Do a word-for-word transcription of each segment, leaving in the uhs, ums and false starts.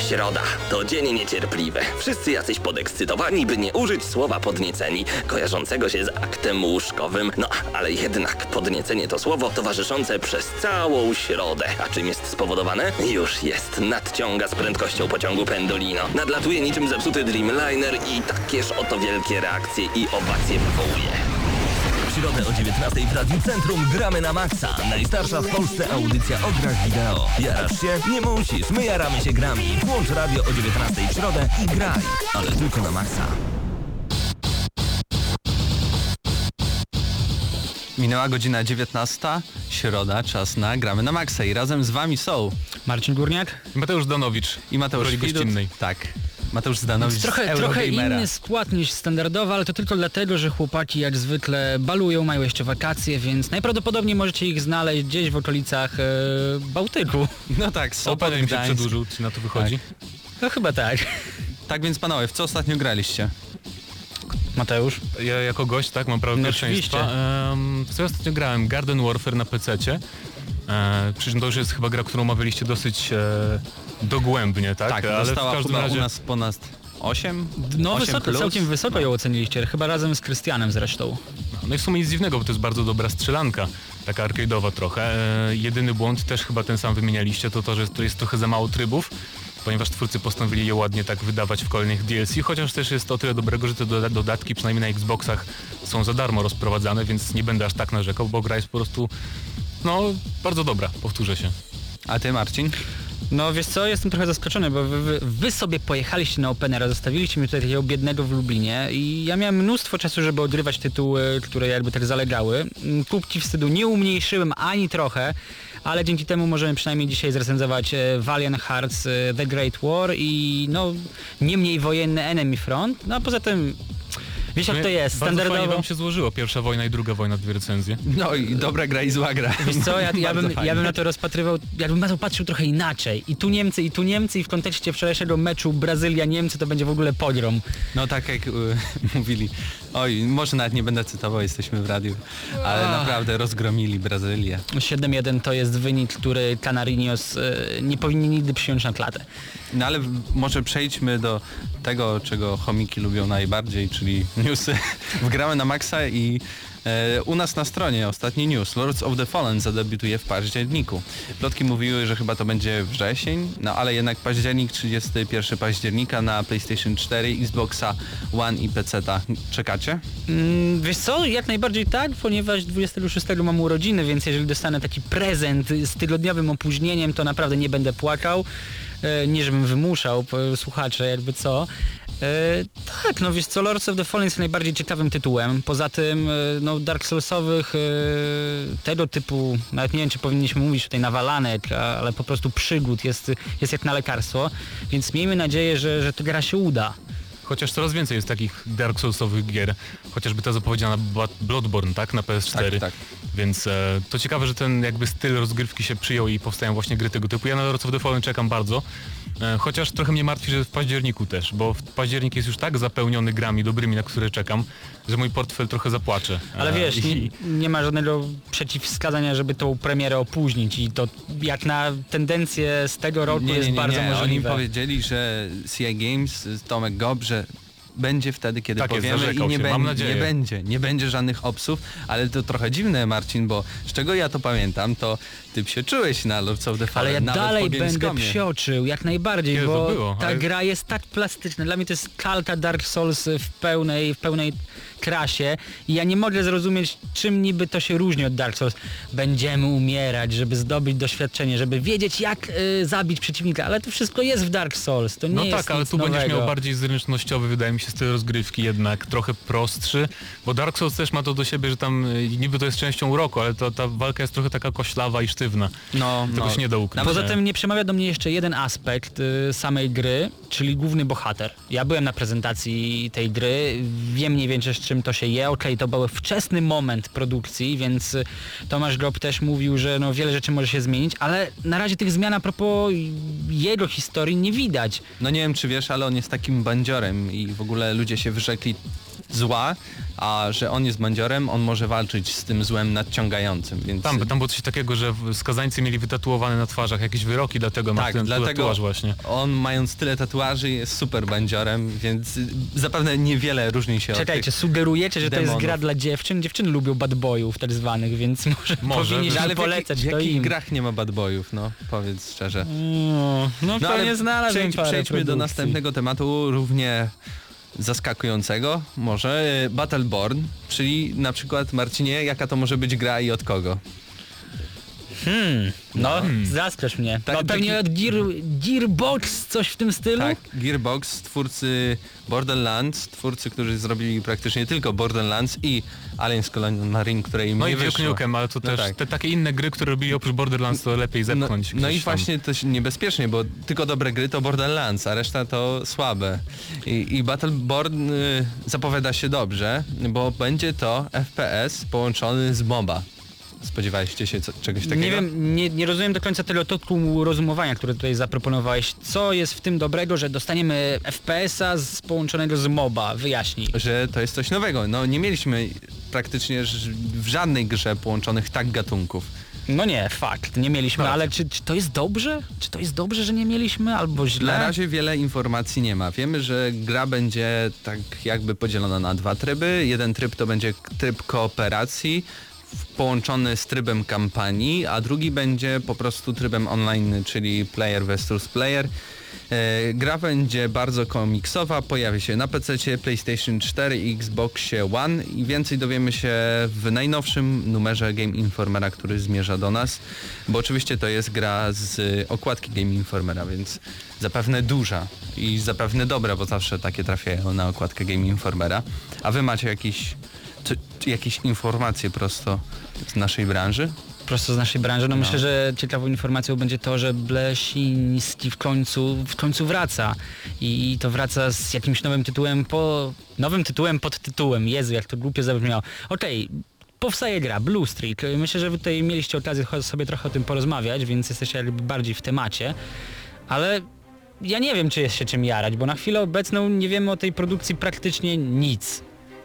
Środa to dzień niecierpliwy. Wszyscy jacyś podekscytowani, by nie użyć słowa podnieceni, kojarzącego się z aktem łóżkowym. No, ale jednak podniecenie to słowo towarzyszące przez całą środę. A czym jest spowodowane? Już jest. Nadciąga z prędkością pociągu Pendolino. Nadlatuje niczym zepsuty Dreamliner i takież oto wielkie reakcje i owacje wywołuje. W środę o dziewiętnastej w Radiu Centrum gramy na maksa. Najstarsza w Polsce audycja o grach wideo. Jarasz się? Nie musisz. My jaramy się grami. Włącz radio o dziewiętnastej w środę i graj. Ale tylko na maksa. Minęła godzina dziewiętnasta, środa, czas na gramy na maksa i razem z wami są Marcin Górniak i Mateusz Danowicz i Mateusz w roli Widut. gościnnej. Tak. Mateusz Zdanowicz trochę, z trochę Eurogamera. inny skład niż standardowo, ale to tylko dlatego, że chłopaki jak zwykle balują, mają jeszcze wakacje, więc najprawdopodobniej możecie ich znaleźć gdzieś w okolicach e, Bałtyku. No tak, Sopot, Open im się Gdańsk. przedłużył, czy na to wychodzi? Tak. No chyba tak. Tak więc panowie, w co ostatnio graliście? Mateusz? Ja jako gość, tak, mam prawo No pierwszeństwa. Um, co ja ostatnio grałem? Garden Warfare na pececie. E, przy czym to już jest chyba gra, którą omawialiście dosyć e, dogłębnie, tak? Tak, ale dostała w każdym chyba razie... u nas ponad osiem? No osiem wysoko, plus? całkiem wysoko ją oceniliście, chyba razem z Krystianem zresztą. No i w sumie nic dziwnego, bo to jest bardzo dobra strzelanka, taka arcade'owa trochę. E, jedyny błąd, też chyba ten sam wymienialiście, to to, że to jest trochę za mało trybów, ponieważ twórcy postanowili je ładnie tak wydawać w kolejnych D L C, chociaż też jest o tyle dobrego, że te doda- dodatki przynajmniej na Xboxach są za darmo rozprowadzane, więc nie będę aż tak narzekał, bo gra jest po prostu, no, bardzo dobra, powtórzę się. A ty, Marcin? No wiesz co, jestem trochę zaskoczony, bo wy, wy, wy sobie pojechaliście na Openera, zostawiliście mnie tutaj takiego biednego w Lublinie i ja miałem mnóstwo czasu, żeby odrywać tytuły, które jakby tak zalegały. Kubki wstydu nie umniejszyłem ani trochę, ale dzięki temu możemy przynajmniej dzisiaj zrecenzować Valiant Hearts The Great War i no nie mniej wojenny Enemy Front, no a poza tym wiesz jak to jest, Bardzo fajnie standardowo... wam się złożyło, pierwsza wojna i druga wojna, dwie recenzje. No i dobra gra i zła gra. Wiesz co, ja, ja, Bardzo bym, fajnie. ja bym na to rozpatrywał, ja bym na to patrzył trochę inaczej. I tu Niemcy, i tu Niemcy, i w kontekście wczorajszego meczu Brazylia-Niemcy to będzie w ogóle pogrom. No tak jak y, mówili, oj, może nawet nie będę cytował, jesteśmy w radiu, ale Ach. naprawdę rozgromili Brazylię. siedem jeden to jest wynik, który Canarinos y, nie powinni nigdy przyjąć na klatę. No ale może przejdźmy do tego, czego chomiki lubią najbardziej, czyli newsy. Wgramy na maksa i e, u nas na stronie ostatni news. Lords of the Fallen zadebiutuje w październiku. Plotki mówiły, że chyba to będzie wrzesień, no ale jednak październik, trzydziestego pierwszego października na PlayStation cztery, Xboxa One i peceta. Czekacie? Mm, wiesz co, jak najbardziej tak, ponieważ dwudziestego szóstego mam urodziny, więc jeżeli dostanę taki prezent z tygodniowym opóźnieniem, to naprawdę nie będę płakał. E, nie żebym wymuszał p- słuchacze, jakby co. E, tak, no wiesz co, Lords of the Fallen jest najbardziej ciekawym tytułem. Poza tym, e, no Dark Soulsowych e, tego typu, nawet nie wiem czy powinniśmy mówić tutaj nawalanek, a, ale po prostu przygód jest, jest jak na lekarstwo, więc miejmy nadzieję, że, że ta gra się uda. Chociaż coraz więcej jest takich Dark Soulsowych gier, chociażby ta zapowiedziana Bla- Bloodborne, tak, na P S cztery. Tak, tak. Więc e, to ciekawe, że ten jakby styl rozgrywki się przyjął i powstają właśnie gry tego typu. Ja na Lords of the Fallen czekam bardzo, e, chociaż trochę mnie martwi, że w październiku też, bo w październik jest już tak zapełniony grami dobrymi, na które czekam, że mój portfel trochę zapłacze. E, Ale wiesz, nie, i, nie ma żadnego przeciwwskazania, żeby tą premierę opóźnić i to jak na tendencję z tego roku Nie, nie, jest nie, bardzo nie. Oni możliwe. powiedzieli, że C I Games, Tomek Gob, że będzie wtedy, kiedy Tak jest, powiemy i zarzekał nie, się, bę- mam nadzieję. nie będzie, nie będzie żadnych obsów, ale to trochę dziwne, Marcin, bo z czego ja to pamiętam, to ty się czułeś na Lords of the Fallen, Ale ja nawet dalej po będę Gamescomie. psioczył, jak najbardziej, Kiedy to bo było? ta Ale- gra jest tak plastyczna. Dla mnie to jest kalka Dark Souls w pełnej, w pełnej krasie i ja nie mogę zrozumieć, czym niby to się różni od Dark Souls. Będziemy umierać, żeby zdobyć doświadczenie, żeby wiedzieć, jak y, zabić przeciwnika, ale to wszystko jest w Dark Souls, to nie no jest tak, ale nic tu nowego. będziesz miał bardziej zręcznościowy, wydaje mi się, styl rozgrywki jednak, trochę prostszy, bo Dark Souls też ma to do siebie, że tam y, niby to jest częścią uroku, ale to, ta walka jest trochę taka koślawa i sztywna. No, Tego no. się nie da ukryć. Poza tym nie przemawia do mnie jeszcze jeden aspekt y, samej gry, czyli główny bohater. Ja byłem na prezentacji tej gry, wiem mniej więcej z czym to się je. Okej, to był wczesny moment produkcji, więc y, Tomasz Grob też mówił, że no, wiele rzeczy może się zmienić, ale na razie tych zmian a propos jego historii nie widać. No nie wiem czy wiesz, ale on jest takim bandziorem i w ogóle ludzie się wyrzekli zła, a że on jest bandziorem, on może walczyć z tym złem nadciągającym, więc... Tam, tam było coś takiego, że skazańcy mieli wytatuowane na twarzach jakieś wyroki, dlatego ma Tak, ten dlatego tatuaż właśnie. on mając tyle tatuaży jest super bandziorem, więc zapewne niewiele różni się Czekajcie, od tych... sugerujecie, że to demonów. jest gra dla dziewczyn? Dziewczyny lubią bad boyów tak zwanych, więc może, Może, powinniśmy Ale w, polecać jaki, w to jakich im. grach nie ma bad boyów, no powiedz szczerze. No, no, No pewnie ale znalazłem przejdź, parę przejdźmy do produkcji. następnego tematu, równie zaskakującego może, e, Battleborn, czyli na przykład, Marcinie, jaka to może być gra i od kogo? Hmm, no, zastrzeż mnie. Tak, no, pewnie taki- od Gear, Gearbox, coś w tym stylu? Tak, Gearbox, twórcy Borderlands, twórcy, którzy zrobili praktycznie tylko Borderlands i Aliens Colonial Marine, której im No nie i Duke wyszło. Nukem, ale to No też tak. te takie inne gry, które robili oprócz Borderlands, to lepiej No, zepchnąć. no i gdzieś tam. właśnie to się niebezpiecznie, bo tylko dobre gry to Borderlands, a reszta to słabe. I, i Battleborn y, zapowiada się dobrze, bo będzie to F P S połączony z MOBA. Spodziewaliście się co, czegoś takiego? Nie wiem, nie, nie rozumiem do końca tego toku rozumowania, które tutaj zaproponowałeś. Co jest w tym dobrego, że dostaniemy F P S-a z połączonego z MOBA? Wyjaśnij. Że to jest coś nowego. No nie mieliśmy praktycznie ż- w żadnej grze połączonych tak gatunków. No nie, fakt, nie mieliśmy, No. ale czy, czy to jest dobrze? Czy to jest dobrze, że nie mieliśmy, albo źle? Na razie wiele informacji nie ma. Wiemy, że gra będzie tak jakby podzielona na dwa tryby. Jeden tryb to będzie k- tryb kooperacji w- połączony z trybem kampanii, a drugi będzie po prostu trybem online, czyli player versus player. E, gra będzie bardzo komiksowa, pojawi się na P C, PlayStation cztery i Xboxie One i więcej dowiemy się w najnowszym numerze Game Informera, który zmierza do nas, bo oczywiście to jest gra z okładki Game Informera, więc zapewne duża i zapewne dobra, bo zawsze takie trafiają na okładkę Game Informera. A wy macie jakieś, czy, czy jakieś informacje prosto z naszej branży? Prosto z naszej branży. No, No. myślę, że ciekawą informacją będzie to, że Blesiński w końcu, w końcu wraca. I to wraca z jakimś nowym tytułem po... Nowym tytułem pod tytułem. Jezu, jak to głupio zabrzmiało. Okej. Powstaje gra Blue Streak. Myślę, że wy tutaj mieliście okazję cho- sobie trochę o tym porozmawiać, więc jesteście jakby bardziej w temacie. Ale ja nie wiem, czy jest się czym jarać, bo na chwilę obecną nie wiemy o tej produkcji praktycznie nic.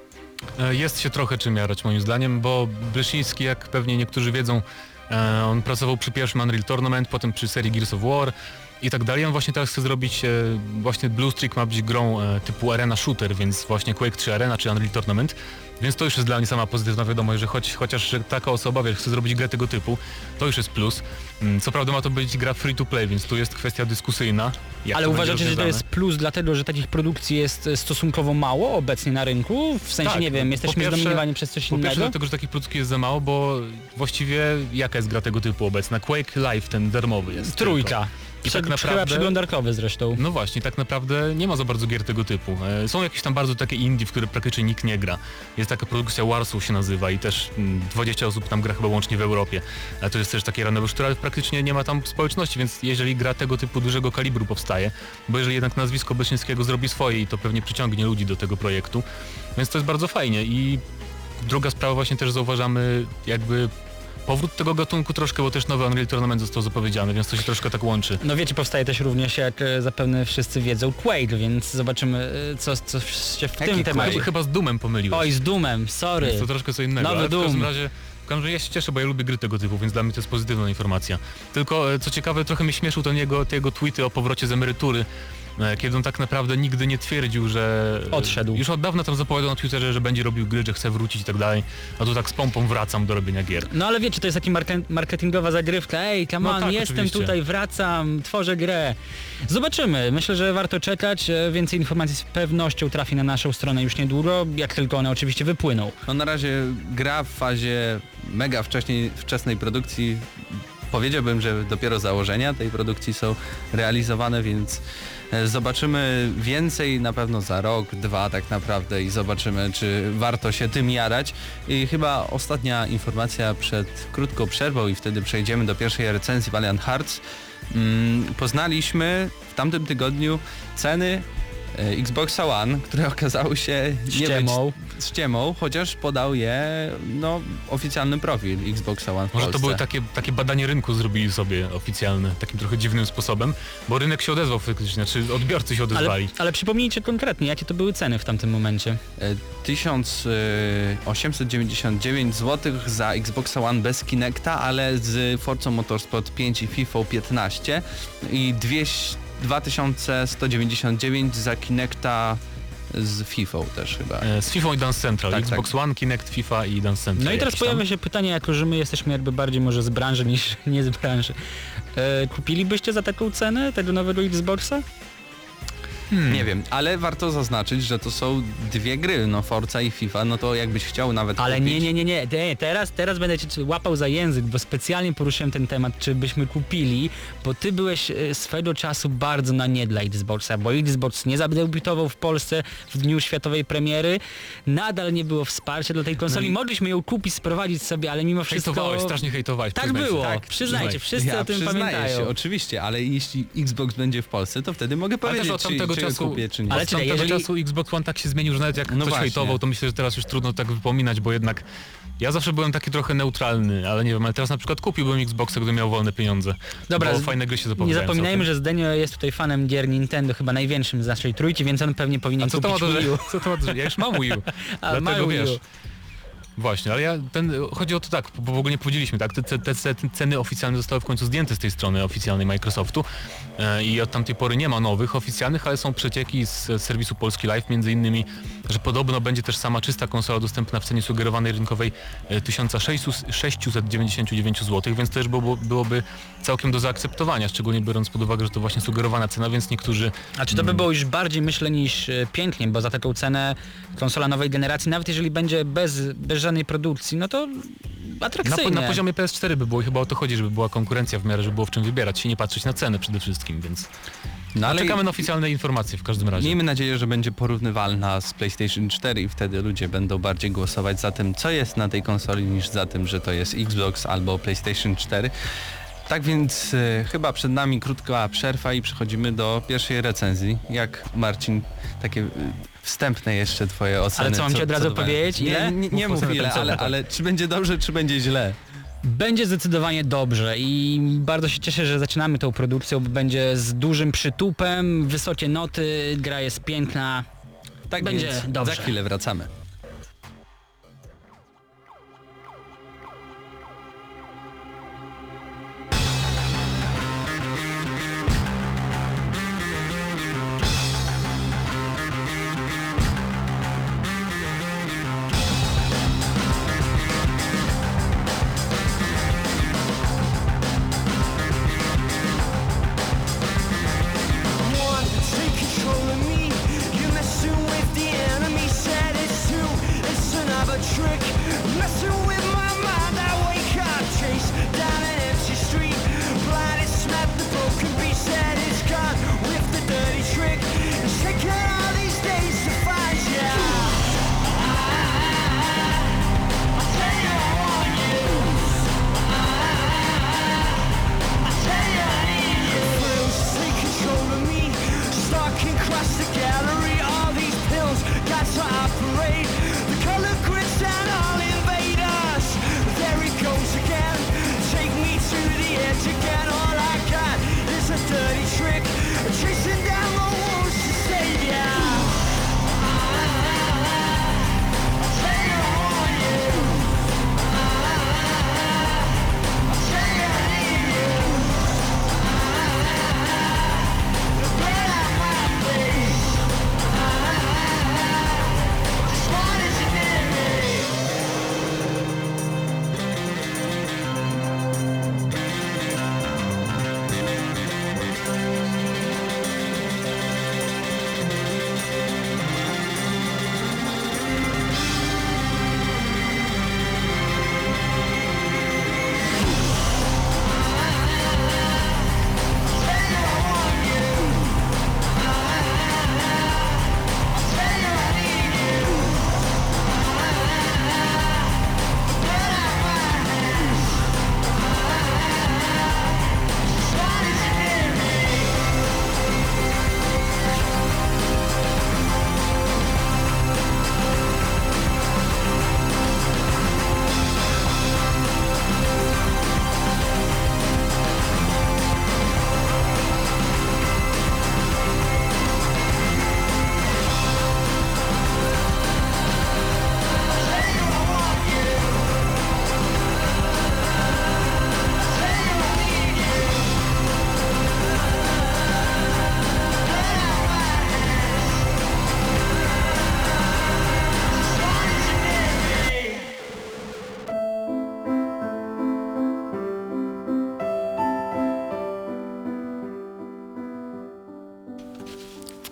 E, Jest się trochę czym jarać moim zdaniem, bo Bleszyński, jak pewnie niektórzy wiedzą, e, on pracował przy pierwszym Unreal Tournament, potem przy serii Gears of War i tak dalej. On właśnie teraz chce zrobić, e, właśnie Blue Streak ma być grą e, typu Arena Shooter, więc właśnie Quake trzy Arena czy Unreal Tournament. Więc to już jest dla mnie sama pozytywna wiadomość, że choć, chociaż że taka osoba wiesz, chce zrobić grę tego typu, to już jest plus. Mm, Co prawda ma to być gra free to play, więc tu jest kwestia dyskusyjna. jak Ale to będzie uważacie, że to rozwiązane. jest plus dlatego, że takich produkcji jest e, stosunkowo mało obecnie na rynku? W sensie, Tak, nie wiem, po jesteśmy pierwsze- zdominowani przez coś Po pierwsze innego? dlatego, że takich produktów jest za mało, bo właściwie jaka jest gra tego typu obecna? Quake Live, ten darmowy jest. Trójka. tylko. I Przed, tak Chyba naprawdę... przeglądarkowy zresztą. No właśnie, tak naprawdę nie ma za bardzo gier tego typu. E, Są jakieś tam bardzo takie indie, w które praktycznie nikt nie gra. Jest taka produkcja Warsaw się nazywa i też mm, dwadzieścia osób tam gra chyba łącznie w Europie. A to jest też takie ranowe, które praktycznie nie ma tam społeczności, więc jeżeli gra tego typu dużego kalibru powstaje, bo jeżeli jednak nazwisko Bleszyńskiego zrobi swoje i to pewnie przyciągnie ludzi do tego projektu, więc to jest bardzo fajnie. I druga sprawa właśnie też zauważamy jakby powrót tego gatunku troszkę, bo też nowy Unreal Tournament został zapowiedziany, więc to się troszkę tak łączy. No wiecie, powstaje też również, jak e, zapewne wszyscy wiedzą, Quake, więc zobaczymy, e, co, co się w Jaki tym temacie... Chyba, chyba z Doomem pomyliłeś. Oj, z Doomem, sorry. Jest to troszkę co innego, Nowy ale w każdym Doom. razie, w każdym razie ja się cieszę, bo ja lubię gry tego typu, więc dla mnie to jest pozytywna informacja. Tylko e, co ciekawe, trochę mnie śmieszył ten jego, te jego tweety o powrocie z emerytury, e, kiedy on tak naprawdę nigdy nie twierdził, że... Odszedł. Już od dawna tam zapowiadał na Twitterze, że będzie robił gry, że chce wrócić i tak dalej, a tu tak z pompą wracam do robienia gier. No ale wiecie, to jest taki marke- marketingowa zagrywka. Ej, come No on, tak, jestem oczywiście. tutaj, wracam, tworzę grę. Zobaczymy. Myślę, że warto czekać. E, Więcej informacji z pewnością trafi na naszą stronę już niedługo, jak tylko one oczywiście wypłyną. No na razie gra w fazie mega wcześniej, wczesnej produkcji. Powiedziałbym, że dopiero założenia tej produkcji są realizowane, więc e, zobaczymy więcej na pewno za rok, dwa tak naprawdę i zobaczymy, czy warto się tym jarać. I chyba ostatnia informacja przed krótką przerwą i wtedy przejdziemy do pierwszej recenzji Valiant Hearts. Mm, poznaliśmy w tamtym tygodniu ceny e, Xboxa One, które okazało się nie Ściemą. być ściemą, chociaż podał je no, oficjalny profil Xboxa One w Może to Polsce. były takie, takie badanie rynku zrobili sobie oficjalne, takim trochę dziwnym sposobem, bo rynek się odezwał faktycznie, znaczy odbiorcy się Ale, odezwali. ale przypomnijcie konkretnie, jakie to były ceny w tamtym momencie. E, tysiąc osiemset dziewięćdziesiąt dziewięć złotych za Xboxa One bez Kinecta, ale z Forza Motorsport pięć i FIFA piętnaście i dwa tysiące sto dziewięćdziesiąt dziewięć za Kinecta z FIFA też chyba. E, Z FIFA i Dance Central, Tak, Xbox tak. One, Kinect, FIFA i Dance Central. No i teraz jakiś tam. pojawia się pytanie, jako że my jesteśmy jakby bardziej może z branży niż nie z branży. E, kupilibyście za taką cenę tego nowego Xboxa? Hmm. Nie wiem, ale warto zaznaczyć, że to są dwie gry, no Forza i FIFA, no to jakbyś chciał nawet Ale kupić... nie, nie, nie, nie, nie. Teraz, teraz będę cię łapał za język, bo specjalnie poruszyłem ten temat, czy byśmy kupili, bo ty byłeś e, swego czasu bardzo na nie dla Xboxa, bo Xbox nie zadebiutował w Polsce w dniu światowej premiery, nadal nie było wsparcia dla tej konsoli, No i- mogliśmy ją kupić, sprowadzić sobie, ale mimo wszystko... Hejtowałeś, strasznie hejtowałeś. Tak przyznaj się. było, Tak, przyznajcie, przyznaj. wszyscy ja o tym przyznaję pamiętają. się, oczywiście, ale jeśli Xbox będzie w Polsce, to wtedy mogę Ale powiedzieć, też od czy, tamtego czy czasu, kupię, czy nie. Ale od czekaj, tamtego jeżeli- czasu Xbox One tak się zmienił, że nawet jak No ktoś właśnie. hejtował, to myślę, że teraz już trudno tak wypominać, bo jednak ja zawsze byłem taki trochę neutralny, ale nie wiem, ale teraz na przykład kupiłbym Xboxa, gdybym miał wolne pieniądze. Dobra, bo z- fajne gry się Nie zapowiadają. zapominajmy, całkiem. że Zdenio jest tutaj fanem gier Nintendo, chyba największym z naszej trójki, więc on pewnie powinien A co to ma kupić to, Wii że, U. co to ma to, że ja już mam Wii U. A, ma Dlatego Wii U. wiesz. Właśnie, ale ja ten, chodzi o to tak, bo w ogóle nie powiedzieliśmy, tak, te, te, te ceny oficjalne zostały w końcu zdjęte z tej strony oficjalnej Microsoftu e, i od tamtej pory nie ma nowych oficjalnych, ale są przecieki z, z serwisu Polski Live, między innymi, że podobno będzie też sama czysta konsola dostępna w cenie sugerowanej rynkowej e, tysiąc sześćset dziewięćdziesiąt dziewięć złotych, więc też było, byłoby całkiem do zaakceptowania, szczególnie biorąc pod uwagę, że to właśnie sugerowana cena, więc niektórzy... A czy to by było już bardziej, myślę, niż e, pięknie, bo za taką cenę konsola nowej generacji, nawet jeżeli będzie bez, bez żadnej produkcji, no to Na, atrakcyjnie. po- na poziomie P S cztery by było i chyba o to chodzi, żeby była konkurencja w miarę, żeby było w czym wybierać się, nie patrzeć na cenę przede wszystkim, więc No, ale czekamy na oficjalne informacje w każdym razie. miejmy nadzieję, że będzie porównywalna z PlayStation cztery i wtedy ludzie będą bardziej głosować za tym, co jest na tej konsoli, niż za tym, że to jest Xbox albo PlayStation cztery. Tak więc e, chyba przed nami krótka przerwa i przechodzimy do pierwszej recenzji. Jak Marcin, takie e, wstępne jeszcze twoje oceny. Ale co, mam ci od razu do- powiedzieć? Ile? Nie, nie, nie Mów mów ocenę ile, końcową, ale, tak. ale czy będzie dobrze, czy będzie źle? Będzie zdecydowanie dobrze i bardzo się cieszę, że zaczynamy tą produkcją, bo będzie z dużym przytupem, wysokie noty, gra jest piękna. Tak Będzie więc dobrze. za chwilę wracamy. One, take control of me. You're messing with the enemy. Said it's too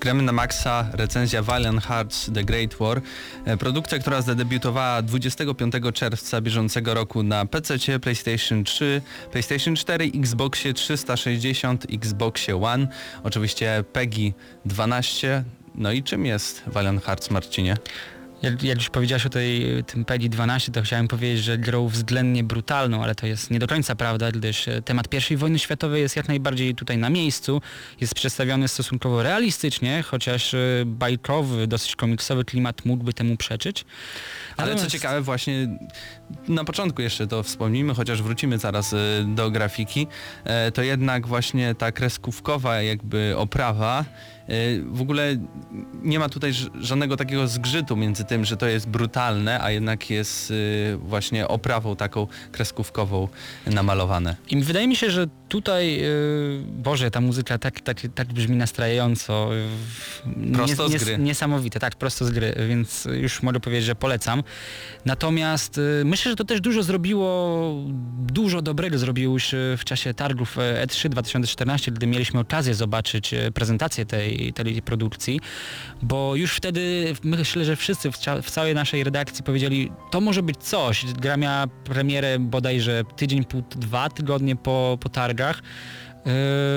Gramy na Maxa, recenzja Valiant Hearts The Great War. E, Produkcja, która zadebiutowała dwudziestego piątego czerwca bieżącego roku na P C, PlayStation trzy, PlayStation cztery, Xboxie trzysta sześćdziesiąt, Xboxie One, oczywiście PEGI dwanaście. No i czym jest Valiant Hearts, Marcinie? Jak, jak już powiedziałeś o tej, tym PEGI dwanaście, to chciałem powiedzieć, że grą względnie brutalną, ale to jest nie do końca prawda, gdyż temat pierwszej wojny światowej jest jak najbardziej tutaj na miejscu. Jest przedstawiony stosunkowo realistycznie, chociaż bajkowy, dosyć komiksowy klimat mógłby temu przeczyć. Ale Natomiast... co ciekawe, właśnie na początku jeszcze to wspomnimy, chociaż wrócimy zaraz do grafiki, to jednak właśnie ta kreskówkowa jakby oprawa, w ogóle nie ma tutaj żadnego takiego zgrzytu między tym, że to jest brutalne, a jednak jest właśnie oprawą taką kreskówkową namalowane. I wydaje mi się, że tutaj, yy, Boże, ta muzyka tak, tak, tak brzmi nastrajająco. Yy, prosto nies, z gry. Nies, niesamowite, tak, prosto z gry, więc już mogę powiedzieć, że polecam. Natomiast yy, myślę, że to też dużo zrobiło, dużo dobrego zrobiło już w czasie targów E trzy dwa tysiące czternaście, gdy mieliśmy okazję zobaczyć prezentację tej, tej produkcji, bo już wtedy myślę, że wszyscy w, w całej naszej redakcji powiedzieli, to może być coś. Gra miała premierę bodajże tydzień, pół, dwa tygodnie po, po targach. Yy,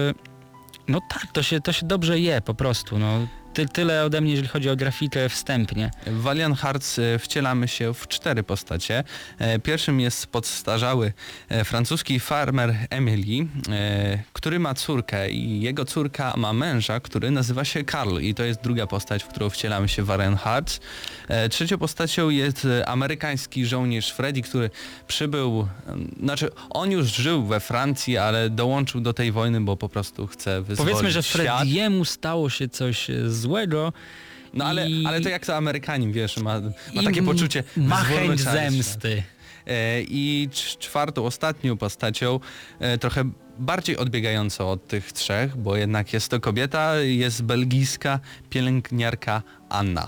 no tak, to się, to się dobrze je po prostu. No. Ty, tyle ode mnie, jeżeli chodzi o grafikę wstępnie. W Valiant Hearts wcielamy się w cztery postacie. Pierwszym jest podstarzały francuski farmer Emily, który ma córkę i jego córka ma męża, który nazywa się Karl i to jest druga postać, w którą wcielamy się w Valiant Hearts. Trzecią postacią jest amerykański żołnierz Freddy, który przybył, znaczy on już żył we Francji, ale dołączył do tej wojny, bo po prostu chce wyzwolić Powiedzmy, że świat. Freddy'emu stało się coś złego. No ale, i... ale to jak to Amerykanin, wiesz, ma, ma I takie poczucie ma wyzwolenia chęć świata. zemsty. E, I cz- czwartą, ostatnią postacią, e, trochę bardziej odbiegającą od tych trzech, bo jednak jest to kobieta, jest belgijska pielęgniarka Anna.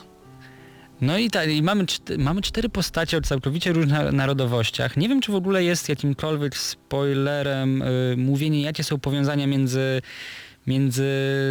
No i, ta, i mamy, czt- mamy cztery postacie o całkowicie różnych narodowościach. Nie wiem, czy w ogóle jest jakimkolwiek spoilerem y, mówienie, jakie są powiązania między między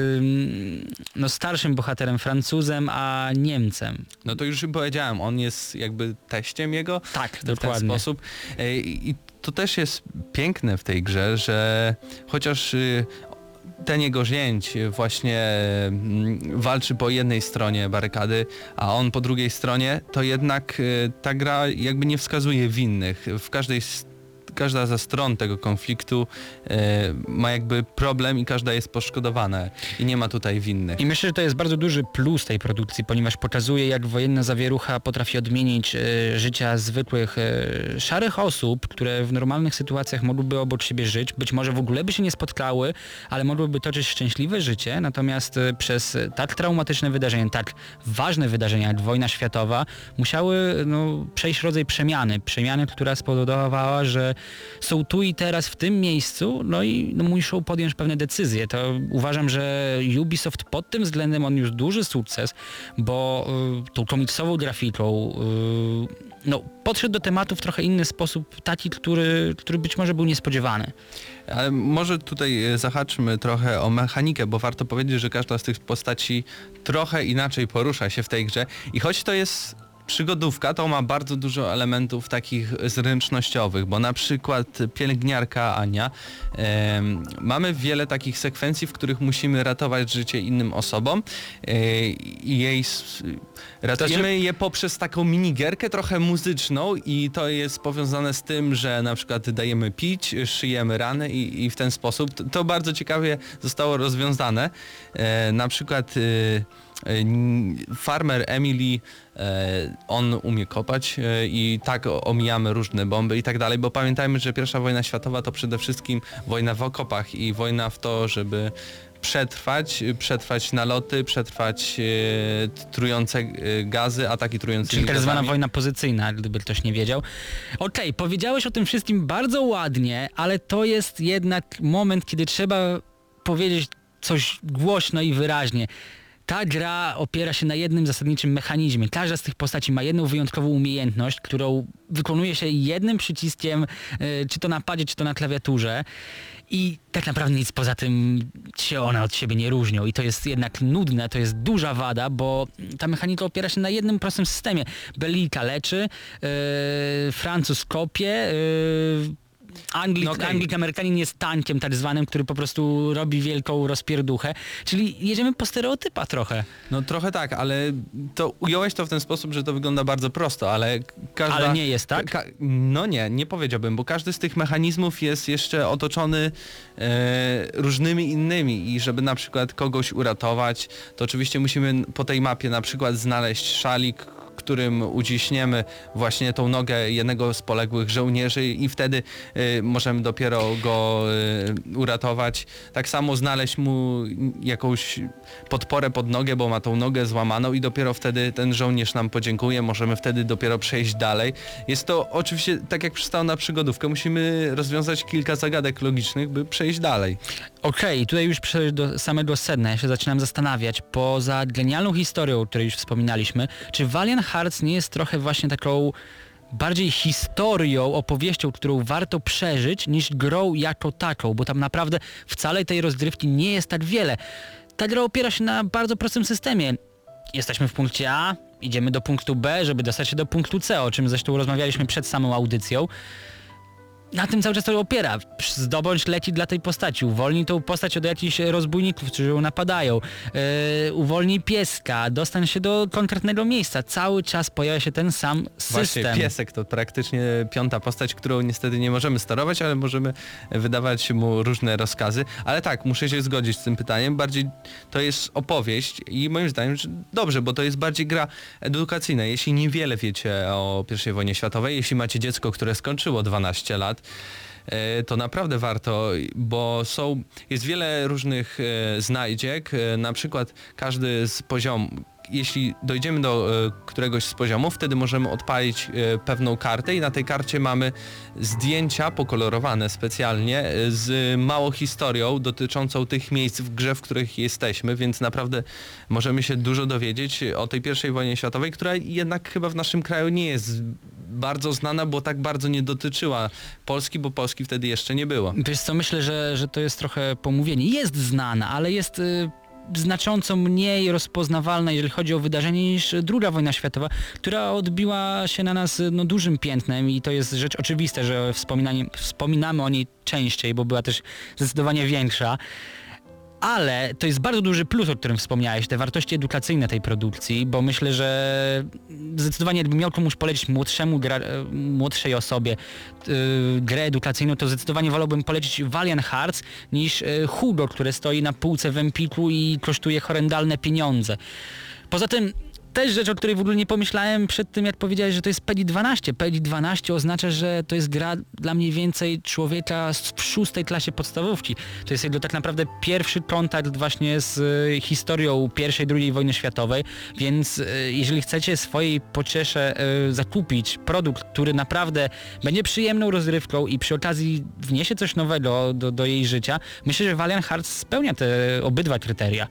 no, starszym bohaterem Francuzem a Niemcem. No to już powiedziałem, on jest jakby teściem jego. Tak, w dokładnie. ten sposób. E, I to też jest piękne w tej grze, że chociaż y, ten jego zięć właśnie mm, walczy po jednej stronie barykady, a on po drugiej stronie, to jednak y, ta gra jakby nie wskazuje winnych. W każdej s- Każda ze stron tego konfliktu e, ma jakby problem i każda jest poszkodowana i nie ma tutaj winnych. I myślę, że to jest bardzo duży plus tej produkcji, ponieważ pokazuje, jak wojenna zawierucha potrafi odmienić e, życia zwykłych e, szarych osób, które w normalnych sytuacjach mogłyby obok siebie żyć, być może w ogóle by się nie spotkały, ale mogłyby toczyć szczęśliwe życie, natomiast e, przez tak traumatyczne wydarzenia, tak ważne wydarzenia jak wojna światowa, musiały no, przejść rodzaj przemiany. Przemiany, która spowodowała, że są tu i teraz w tym miejscu, no i no, muszą podjąć pewne decyzje. To uważam, że Ubisoft pod tym względem odniósł duży sukces, bo y, tą komiksową grafiką y, no, podszedł do tematu w trochę inny sposób, taki, który, który być może był niespodziewany. Ale może tutaj zahaczmy trochę o mechanikę, bo warto powiedzieć, że każda z tych postaci trochę inaczej porusza się w tej grze i choć to jest przygodówka, to ma bardzo dużo elementów takich zręcznościowych, bo na przykład pielęgniarka Ania, e, mamy wiele takich sekwencji, w których musimy ratować życie innym osobom e, i jej s- ratujemy Znaczy- je poprzez taką minigierkę trochę muzyczną i to jest powiązane z tym, że na przykład dajemy pić, szyjemy rany i, i w ten sposób. To, to bardzo ciekawie zostało rozwiązane. E, na przykład e, farmer Emily, e, on umie kopać e, i tak omijamy różne bomby i tak dalej, bo pamiętajmy, że pierwsza wojna światowa to przede wszystkim wojna w okopach i wojna w to, żeby przetrwać, przetrwać naloty, przetrwać e, trujące e, gazy, ataki trującymi Czyli tak zwana gazami. wojna pozycyjna, gdyby ktoś nie wiedział. Okej, okay, powiedziałeś o tym wszystkim bardzo ładnie, ale to jest jednak moment, kiedy trzeba powiedzieć coś głośno i wyraźnie. Ta gra opiera się na jednym zasadniczym mechanizmie. Każda z tych postaci ma jedną wyjątkową umiejętność, którą wykonuje się jednym przyciskiem, czy to na padzie, czy to na klawiaturze. I tak naprawdę nic poza tym się one od siebie nie różnią. I to jest jednak nudne, to jest duża wada, bo ta mechanika opiera się na jednym prostym systemie. Belika leczy, yy, Francuz kopie, yy, Anglik, No okej. Anglik Amerykanin jest tankiem tak zwanym, który po prostu robi wielką rozpierduchę. Czyli jedziemy po stereotypach trochę. No trochę tak, ale to ująłeś to w ten sposób, że to wygląda bardzo prosto, ale każda... Ale nie jest, tak? Ka- no nie, nie powiedziałbym, bo każdy z tych mechanizmów jest jeszcze otoczony e, różnymi innymi i żeby na przykład kogoś uratować, to oczywiście musimy po tej mapie na przykład znaleźć szalik, którym uciśniemy właśnie tą nogę jednego z poległych żołnierzy i wtedy y, możemy dopiero go y, uratować. Tak samo znaleźć mu jakąś podporę pod nogę, bo ma tą nogę złamaną i dopiero wtedy ten żołnierz nam podziękuje, możemy wtedy dopiero przejść dalej. Jest to oczywiście tak jak przystało na przygodówkę, musimy rozwiązać kilka zagadek logicznych, by przejść dalej. Okej, okay, tutaj już przejść do samego sedna. Ja się zaczynam zastanawiać, poza genialną historią, o której już wspominaliśmy, czy Valiant Hearts nie jest trochę właśnie taką bardziej historią, opowieścią, którą warto przeżyć, niż grą jako taką, bo tam naprawdę wcale tej rozgrywki nie jest tak wiele. Ta gra opiera się na bardzo prostym systemie. Jesteśmy w punkcie A, idziemy do punktu B, żeby dostać się do punktu C, o czym zresztą rozmawialiśmy przed samą audycją. Na tym cały czas to opiera. Zdobądź leci dla tej postaci. Uwolnij tą postać od jakichś rozbójników, którzy ją napadają. Yy, uwolnij pieska. Dostań się do konkretnego miejsca. Cały czas pojawia się ten sam system. Właśnie piesek to praktycznie piąta postać, którą niestety nie możemy sterować, ale możemy wydawać mu różne rozkazy. Ale tak, muszę się zgodzić z tym pytaniem. Bardziej to jest opowieść i moim zdaniem że dobrze, bo to jest bardziej gra edukacyjna. Jeśli niewiele wiecie o pierwszej wojnie światowej, jeśli macie dziecko, które skończyło dwanaście lat, to naprawdę warto, bo są, jest wiele różnych znajdziek, na przykład każdy z poziomów, jeśli dojdziemy do któregoś z poziomów, wtedy możemy odpalić pewną kartę i na tej karcie mamy zdjęcia pokolorowane specjalnie z małą historią dotyczącą tych miejsc w grze, w których jesteśmy, więc naprawdę możemy się dużo dowiedzieć o tej pierwszej wojnie światowej, która jednak chyba w naszym kraju nie jest bardzo znana, bo tak bardzo nie dotyczyła Polski, bo Polski wtedy jeszcze nie było. Wiesz co, myślę, że, że to jest trochę pomówienie. Jest znana, ale jest y, znacząco mniej rozpoznawalna, jeżeli chodzi o wydarzenie, niż druga wojna światowa, która odbiła się na nas no, dużym piętnem i to jest rzecz oczywista, że wspominamy o niej częściej, bo była też zdecydowanie większa. Ale to jest bardzo duży plus, o którym wspomniałeś, te wartości edukacyjne tej produkcji, bo myślę, że zdecydowanie jakbym miał komuś polecić młodszemu gra, młodszej osobie yy, grę edukacyjną, to zdecydowanie wolałbym polecić Valiant Hearts niż yy, Hugo, które stoi na półce w Empiku i kosztuje horrendalne pieniądze. Poza tym też rzecz, o której w ogóle nie pomyślałem przed tym, jak powiedziałeś, że to jest PEGI dwanaście. PEGI dwanaście oznacza, że to jest gra dla mniej więcej człowieka w szóstej klasie podstawówki. To jest jego tak naprawdę pierwszy kontakt właśnie z y, historią pierwszej, drugiej wojny światowej, więc y, jeżeli chcecie swojej pociesze y, zakupić produkt, który naprawdę będzie przyjemną rozrywką i przy okazji wniesie coś nowego do, do jej życia, myślę, że Valiant Hearts spełnia te obydwa kryteria.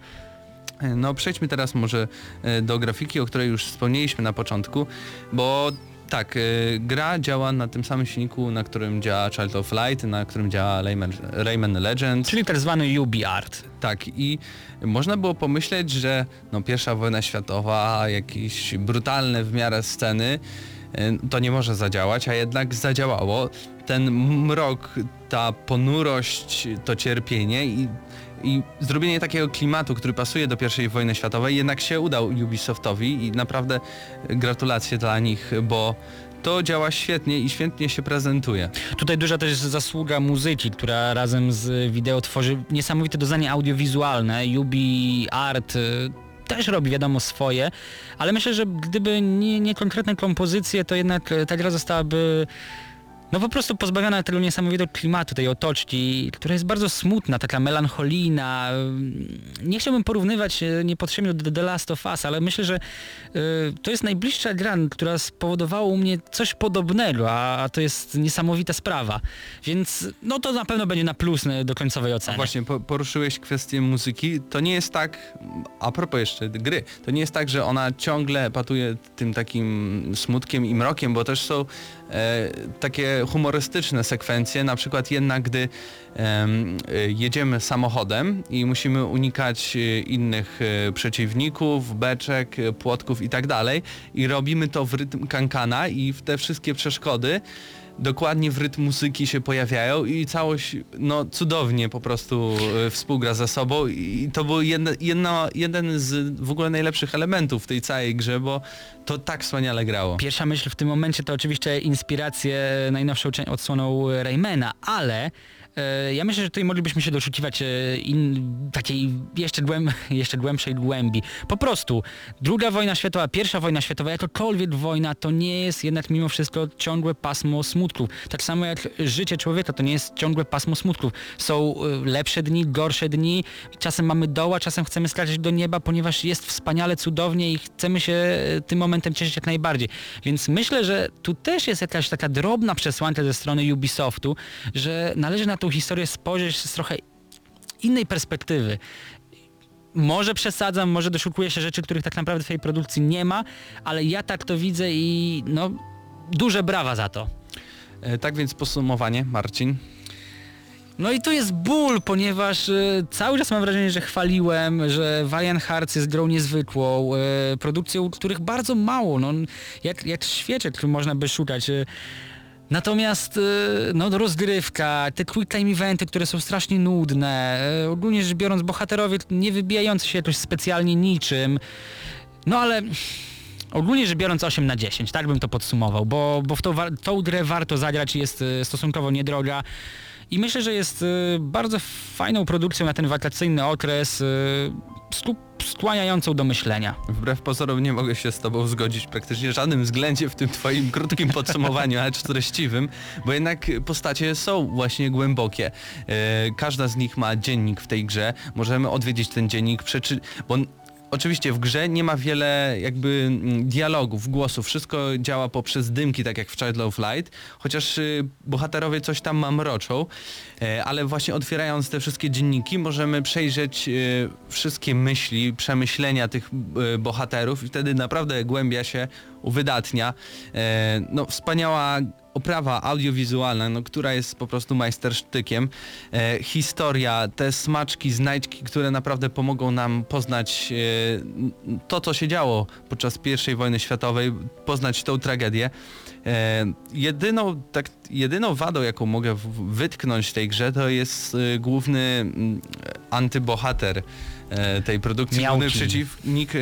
No przejdźmy teraz może do grafiki, o której już wspomnieliśmy na początku, bo tak, gra działa na tym samym silniku, na którym działa Child of Light, na którym działa Rayman, Rayman Legends. Czyli tak zwany UbiArt. Tak, i można było pomyśleć, że no, pierwsza wojna światowa, jakieś brutalne w miarę sceny, to nie może zadziałać, a jednak zadziałało. Ten mrok, ta ponurość, to cierpienie i I zrobienie takiego klimatu, który pasuje do pierwszej wojny światowej, jednak się udał Ubisoftowi i naprawdę gratulacje dla nich, bo to działa świetnie i świetnie się prezentuje. Tutaj duża też zasługa muzyki, która razem z wideo tworzy niesamowite doznanie audiowizualne. UbiArt też robi wiadomo swoje, ale myślę, że gdyby nie, nie konkretne kompozycje, to jednak ta gra zostałaby No po prostu pozbawiona tego niesamowitego klimatu, tej otoczki, która jest bardzo smutna, taka melancholijna. Nie chciałbym porównywać niepotrzebnie do The Last of Us, ale myślę, że y, to jest najbliższa gra, która spowodowała u mnie coś podobnego, a, a to jest niesamowita sprawa. Więc no to na pewno będzie na plus do końcowej oceny. Właśnie, po, poruszyłeś kwestię muzyki. To nie jest tak, a propos jeszcze gry, to nie jest tak, że ona ciągle patuje tym takim smutkiem i mrokiem, bo też są e, takie humorystyczne sekwencje, na przykład jedna, gdy e, jedziemy samochodem i musimy unikać innych e, przeciwników, beczek, płotków i tak dalej i robimy to w rytm kankana i w te wszystkie przeszkody dokładnie w rytm muzyki się pojawiają i całość no cudownie po prostu e, współgra ze sobą i to był jedno, jedno, jeden z w ogóle najlepszych elementów w tej całej grze, bo to tak wspaniale grało. Pierwsza myśl w tym momencie to oczywiście inspiracje najnowszą odsłoną Raymana, ale e, ja myślę, że tutaj moglibyśmy się doszukiwać e, in, takiej jeszcze, głęb, jeszcze głębszej głębi. Po prostu druga wojna światowa, pierwsza wojna światowa, jakakolwiek wojna, to nie jest jednak mimo wszystko ciągłe pasmo smutków. Tak samo jak życie człowieka to nie jest ciągłe pasmo smutków. Są e, lepsze dni, gorsze dni, czasem mamy doła, czasem chcemy skarżyć do nieba, ponieważ jest wspaniale, cudownie i chcemy się e, tym momentem cieszyć jak najbardziej. Więc myślę, że tu też jest jakaś taka drobna przesłanka ze strony Ubisoftu, że należy na tą historię spojrzeć z trochę innej perspektywy. Może przesadzam, może doszukuję się rzeczy, których tak naprawdę w tej produkcji nie ma, ale ja tak to widzę i no duże brawa za to. E, tak więc podsumowanie, Marcin. No i tu jest ból, ponieważ y, cały czas mam wrażenie, że chwaliłem, że Valiant Hearts jest grą niezwykłą, y, produkcją, których bardzo mało, no jak, jak świeczek można by szukać. Y, Natomiast no, rozgrywka, te quick time eventy, które są strasznie nudne, ogólnie rzecz biorąc bohaterowie nie wybijający się jakoś specjalnie niczym, no ale ogólnie rzecz biorąc osiem na dziesięć, tak bym to podsumował, bo, bo w tą, tą grę warto zagrać, jest stosunkowo niedroga i myślę, że jest bardzo fajną produkcją na ten wakacyjny okres, skłaniającą do myślenia. Wbrew pozorom nie mogę się z tobą zgodzić w praktycznie żadnym względzie w tym twoim krótkim podsumowaniu, ale treściwym, bo jednak postacie są właśnie głębokie. E, każda z nich ma dziennik w tej grze. Możemy odwiedzić ten dziennik, przeczy... bo oczywiście w grze nie ma wiele jakby dialogów, głosów, wszystko działa poprzez dymki, tak jak w Child of Light, chociaż y, bohaterowie coś tam mamroczą, y, ale właśnie otwierając te wszystkie dzienniki możemy przejrzeć y, wszystkie myśli, przemyślenia tych y, bohaterów i wtedy naprawdę głębia się uwydatnia. Y, no wspaniała oprawa audiowizualna, no, która jest po prostu majstersztykiem. E, historia, te smaczki, znajdźki, które naprawdę pomogą nam poznać e, to, co się działo podczas pierwszej wojny światowej, poznać tą tragedię. E, jedyną, tak, jedyną wadą, jaką mogę w, wytknąć w tej grze, to jest e, główny m, antybohater e, tej produkcji, Miałki. główny przeciwnik e,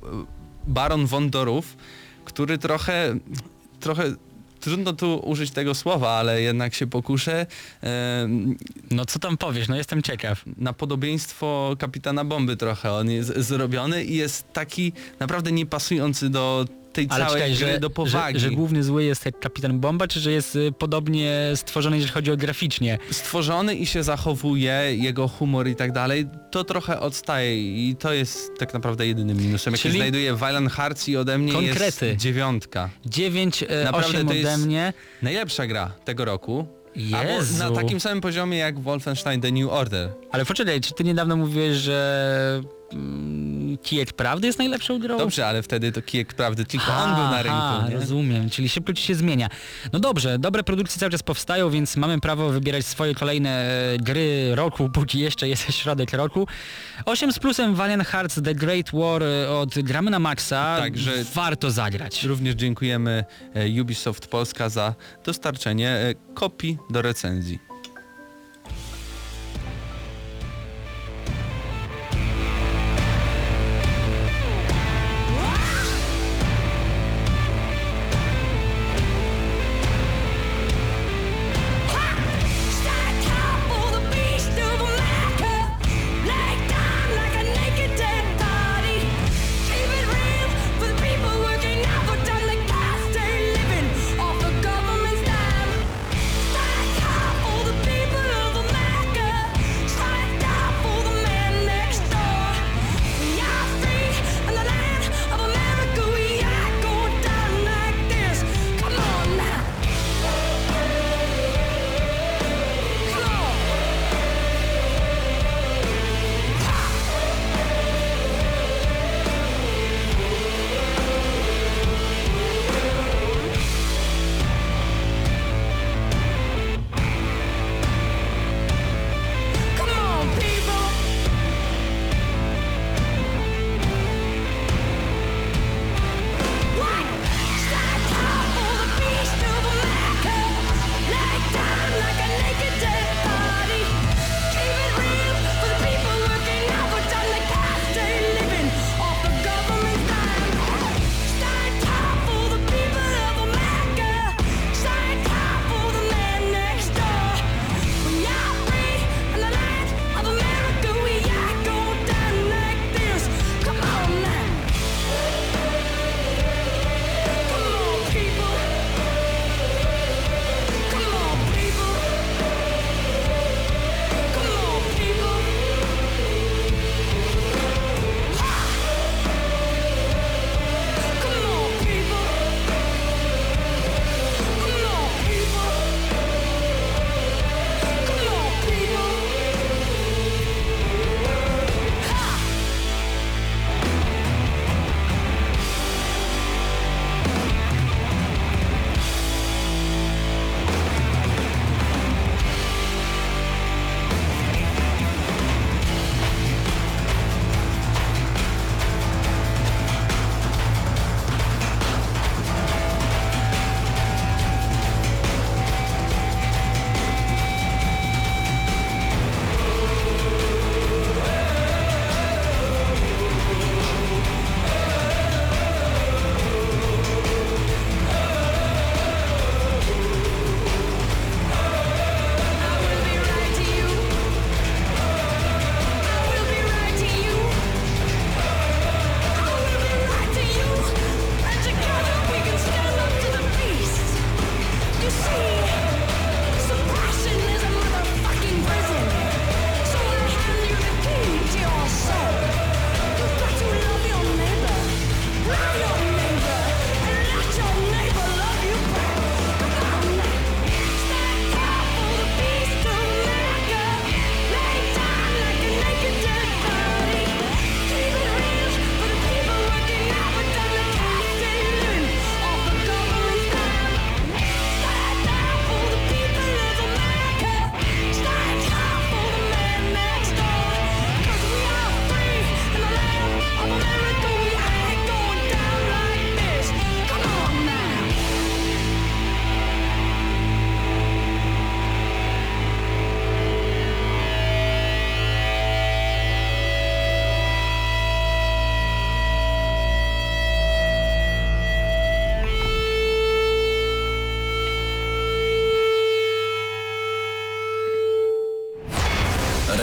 Baron von Dorów, który trochę trochę trudno tu użyć tego słowa, ale jednak się pokuszę. E, no co tam powiesz, no jestem ciekaw. Na podobieństwo Kapitana Bomby trochę on jest zrobiony i jest taki naprawdę niepasujący do tej ale całej czekaj, gry, że, do powagi. Że, że główny zły jest jak Kapitan Bomba, czy że jest y, podobnie stworzony, jeżeli chodzi o graficznie? Stworzony i się zachowuje, jego humor i tak dalej, to trochę odstaje i to jest tak naprawdę jedynym minusem, jaki Czyli znajduje w Valiant Hearts i ode mnie konkrety. Jest dziewiątka. dziewięć, Naprawdę osiem to ode jest mnie. Najlepsza gra tego roku. Jezu. Albo na takim samym poziomie jak Wolfenstein The New Order. Ale poczekaj, czy ty niedawno mówiłeś, że mm, Kijek Prawdy jest najlepszą grą? Dobrze, ale wtedy to Kijek Prawdy tylko on był na rynku. Aha, Nie? rozumiem, czyli szybko ci się zmienia. No dobrze, dobre produkcje cały czas powstają, więc mamy prawo wybierać swoje kolejne gry roku, póki jeszcze jest środek roku. osiem z plusem Valiant Hearts The Great War od Gramy na Maxa. Także warto zagrać. Również dziękujemy e, Ubisoft Polska za dostarczenie e, kopii do recenzji.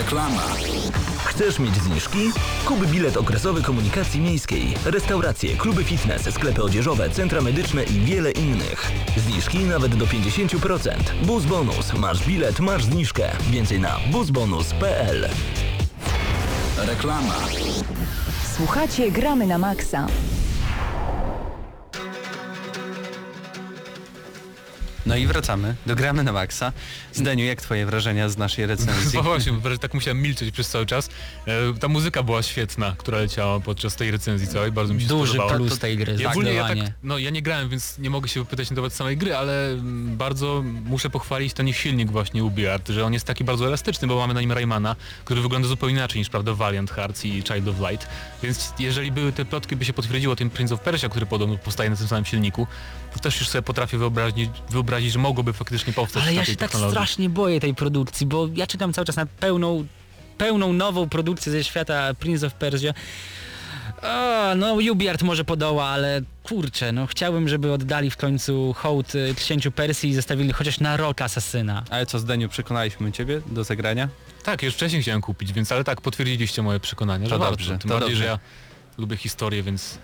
Reklama. Chcesz mieć zniżki? Kup bilet okresowy komunikacji miejskiej. Restauracje, kluby fitness, sklepy odzieżowe, centra medyczne i wiele innych. Zniżki nawet do pięćdziesiąt procent. Bus Bonus. Masz bilet, masz zniżkę. Więcej na busbonus kropka p l. Reklama. Słuchacie Gramy na Maxa. No i wracamy do Gramy na Maxa. Zdeniu, jak twoje wrażenia z naszej recenzji? No właśnie, tak musiałem milczeć przez cały czas. E, ta muzyka była świetna, która leciała podczas tej recenzji całej, bardzo mi się Duży spodobała. plus tej gry, Ja ogólnie ja tak, zdecydowanie. no ja nie grałem, więc nie mogę się wypytać na temat samej gry, ale mm, bardzo muszę pochwalić ten ich silnik właśnie UbiArt, że on jest taki bardzo elastyczny, bo mamy na nim Raymana, który wygląda zupełnie inaczej niż, prawda, Valiant Hearts i Child of Light. Więc jeżeli były te plotki, by się potwierdziło tym Prince of Persia, który podobno powstaje na tym samym silniku, to też już sobie potrafię wyobrazić, wyobrazić że mogłoby faktycznie powstać Ale w ja takiej się tak technologii. strasznie boję tej produkcji, bo ja czekam cały czas na pełną, pełną nową produkcję ze świata Prince of Persia. O, no UbiArt może podoła, ale kurczę, no chciałbym, żeby oddali w końcu hołd y, księciu Persji i zostawili chociaż na rok Asasyna. Ale co, Zdeniu, przekonaliśmy ciebie do zagrania? Tak, już wcześniej chciałem kupić, więc ale tak, potwierdziliście moje przekonania, że To warto. dobrze, Tym to bardziej, dobrze. że ja lubię historię, więc...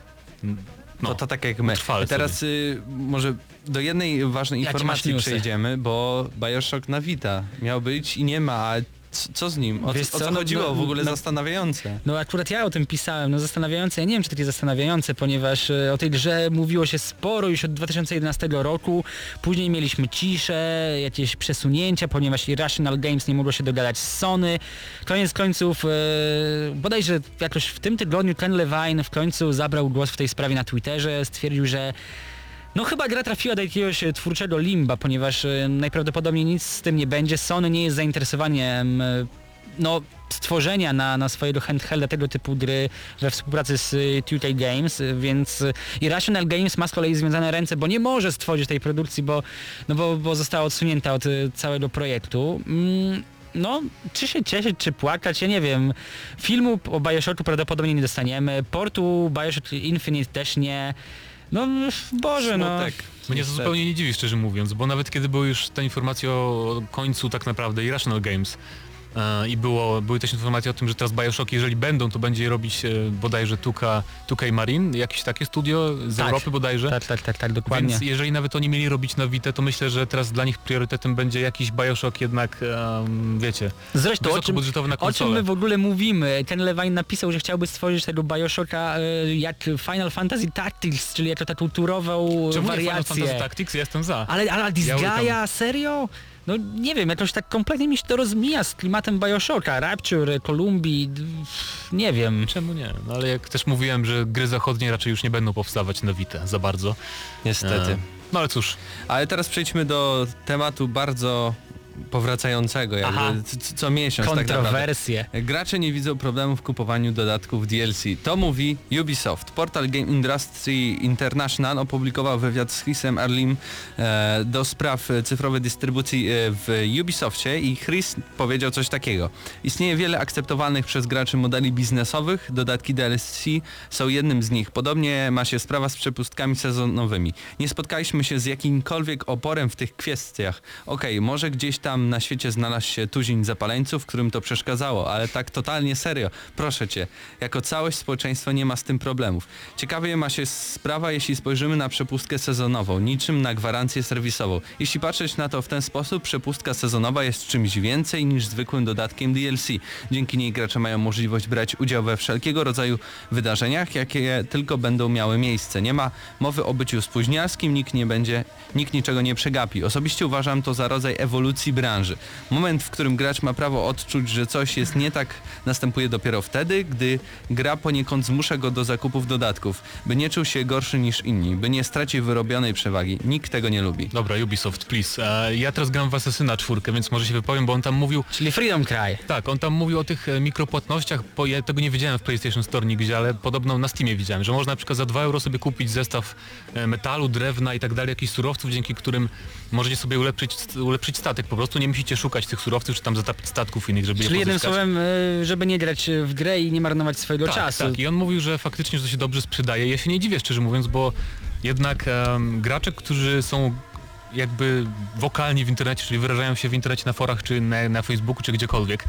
No, No to tak jak my. utrwalę Teraz y, może do jednej ważnej Jakie masz informacji newsy? przejdziemy, bo Bioshock na Vita miał być i nie ma, a c- co z nim? O, Wiesz co, o co, co no, chodziło? no, w ogóle no- zastanawiające. No akurat ja o tym pisałem, no zastanawiające, ja nie wiem czy takie zastanawiające, ponieważ e, o tej grze mówiło się sporo już od dwa tysiące jedenastego roku, później mieliśmy ciszę, jakieś przesunięcia, ponieważ Irrational Games nie mogło się dogadać z Sony. Koniec końców, e, bodajże jakoś w tym tygodniu Ken Levine w końcu zabrał głos w tej sprawie na Twitterze, stwierdził, że no chyba gra trafiła do jakiegoś e, twórczego limba, ponieważ e, najprawdopodobniej nic z tym nie będzie. Sony nie jest zainteresowaniem e, no, stworzenia na, na swojego handhelda tego typu gry we współpracy z y, two K Games, y, więc y, Irrational Games ma z kolei związane ręce, bo nie może stworzyć tej produkcji, bo, no bo, bo została odsunięta od y, całego projektu. Mm, no, czy się cieszyć, czy płakać, ja nie wiem. Filmu o Bioshocku prawdopodobnie nie dostaniemy, portu Bioshock Infinite też nie. No, Boże, no. Smutek. mnie to Niestety. zupełnie nie dziwi, szczerze mówiąc, bo nawet kiedy były już te informacje o końcu tak naprawdę Irrational Games, E, i było, były też informacje o tym, że teraz Bioshock, jeżeli będą, to będzie je robić e, bodajże two K, two K Marine, jakieś takie studio z Tak. Europy bodajże. Tak, tak, tak, tak, dokładnie. Więc jeżeli nawet oni mieli robić na Vita, to myślę, że teraz dla nich priorytetem będzie jakiś Bioshock jednak, um, wiecie, Zresztą o czym, wysokobudżetowy na o czym konsolę. my w ogóle mówimy? Ten Levine napisał, że chciałby stworzyć tego Bioshocka y, jak Final Fantasy Tactics, czyli jako taką turową Czemu nie Final Fantasy wariację. Tactics? Ja jestem za. Ale, ale Ja Disgaea, serio? No nie wiem, jakoś tak kompletnie mi się to rozmija z klimatem Bioshocka, Rapture, Columbii, d- nie wiem. Czemu nie? No ale jak też mówiłem, że gry zachodnie raczej już nie będą powstawać na Vita za bardzo. Niestety. E, no ale cóż, Ale teraz przejdźmy do tematu bardzo powracającego, Aha. jakby c- c- co miesiąc tak naprawdę. Kontrowersje. Gracze nie widzą problemu w kupowaniu dodatków D L C. To mówi Ubisoft. Portal Game Industry International opublikował wywiad z Chrisem Arlim e, do spraw cyfrowej dystrybucji e, w Ubisoftie i Chris powiedział coś takiego. Istnieje wiele akceptowalnych przez graczy modeli biznesowych, dodatki D L C są jednym z nich. Podobnie ma się sprawa z przepustkami sezonowymi. Nie spotkaliśmy się z jakimkolwiek oporem w tych kwestiach. Okej, może gdzieś tam na świecie znalazł się tuzin zapaleńców, którym to przeszkadzało, ale tak totalnie serio, proszę cię, jako całość społeczeństwo nie ma z tym problemów. Ciekawie ma się sprawa, jeśli spojrzymy na przepustkę sezonową, niczym na gwarancję serwisową. Jeśli patrzeć na to w ten sposób, przepustka sezonowa jest czymś więcej niż zwykłym dodatkiem D L C. Dzięki niej gracze mają możliwość brać udział we wszelkiego rodzaju wydarzeniach, jakie tylko będą miały miejsce. Nie ma mowy o byciu spóźnialskim, nikt nie będzie, nikt niczego nie przegapi. Osobiście uważam to za rodzaj ewolucji branży. Moment, w którym gracz ma prawo odczuć, że coś jest nie tak, następuje dopiero wtedy, gdy gra poniekąd zmusza go do zakupów dodatków, by nie czuł się gorszy niż inni, by nie stracił wyrobionej przewagi. Nikt tego nie lubi. dobra, Ubisoft, please. E, ja teraz gram w Assassina czwórkę, więc może się wypowiem, bo on tam mówił, Czyli Freedom Cry. tak, on tam mówił o tych e, mikropłatnościach, bo ja tego nie widziałem w PlayStation Store nigdzie, ale podobno na Steamie widziałem, że można na przykład za dwa euro sobie kupić zestaw e, metalu, drewna i tak dalej, jakichś surowców, dzięki którym możecie sobie ulepszyć, ulepszyć statek. Po prostu nie musicie szukać tych surowców, czy tam zatapić statków innych, żeby Czyli je jednym pozyskać. słowem, y, żeby nie grać w grę i nie marnować swojego tak, czasu. tak. I on mówił, że faktycznie że to się dobrze sprzedaje. Ja się nie dziwię, szczerze mówiąc, bo jednak um, gracze, którzy są jakby wokalni w internecie, czyli wyrażają się w internecie na forach, czy na, na Facebooku, czy gdziekolwiek,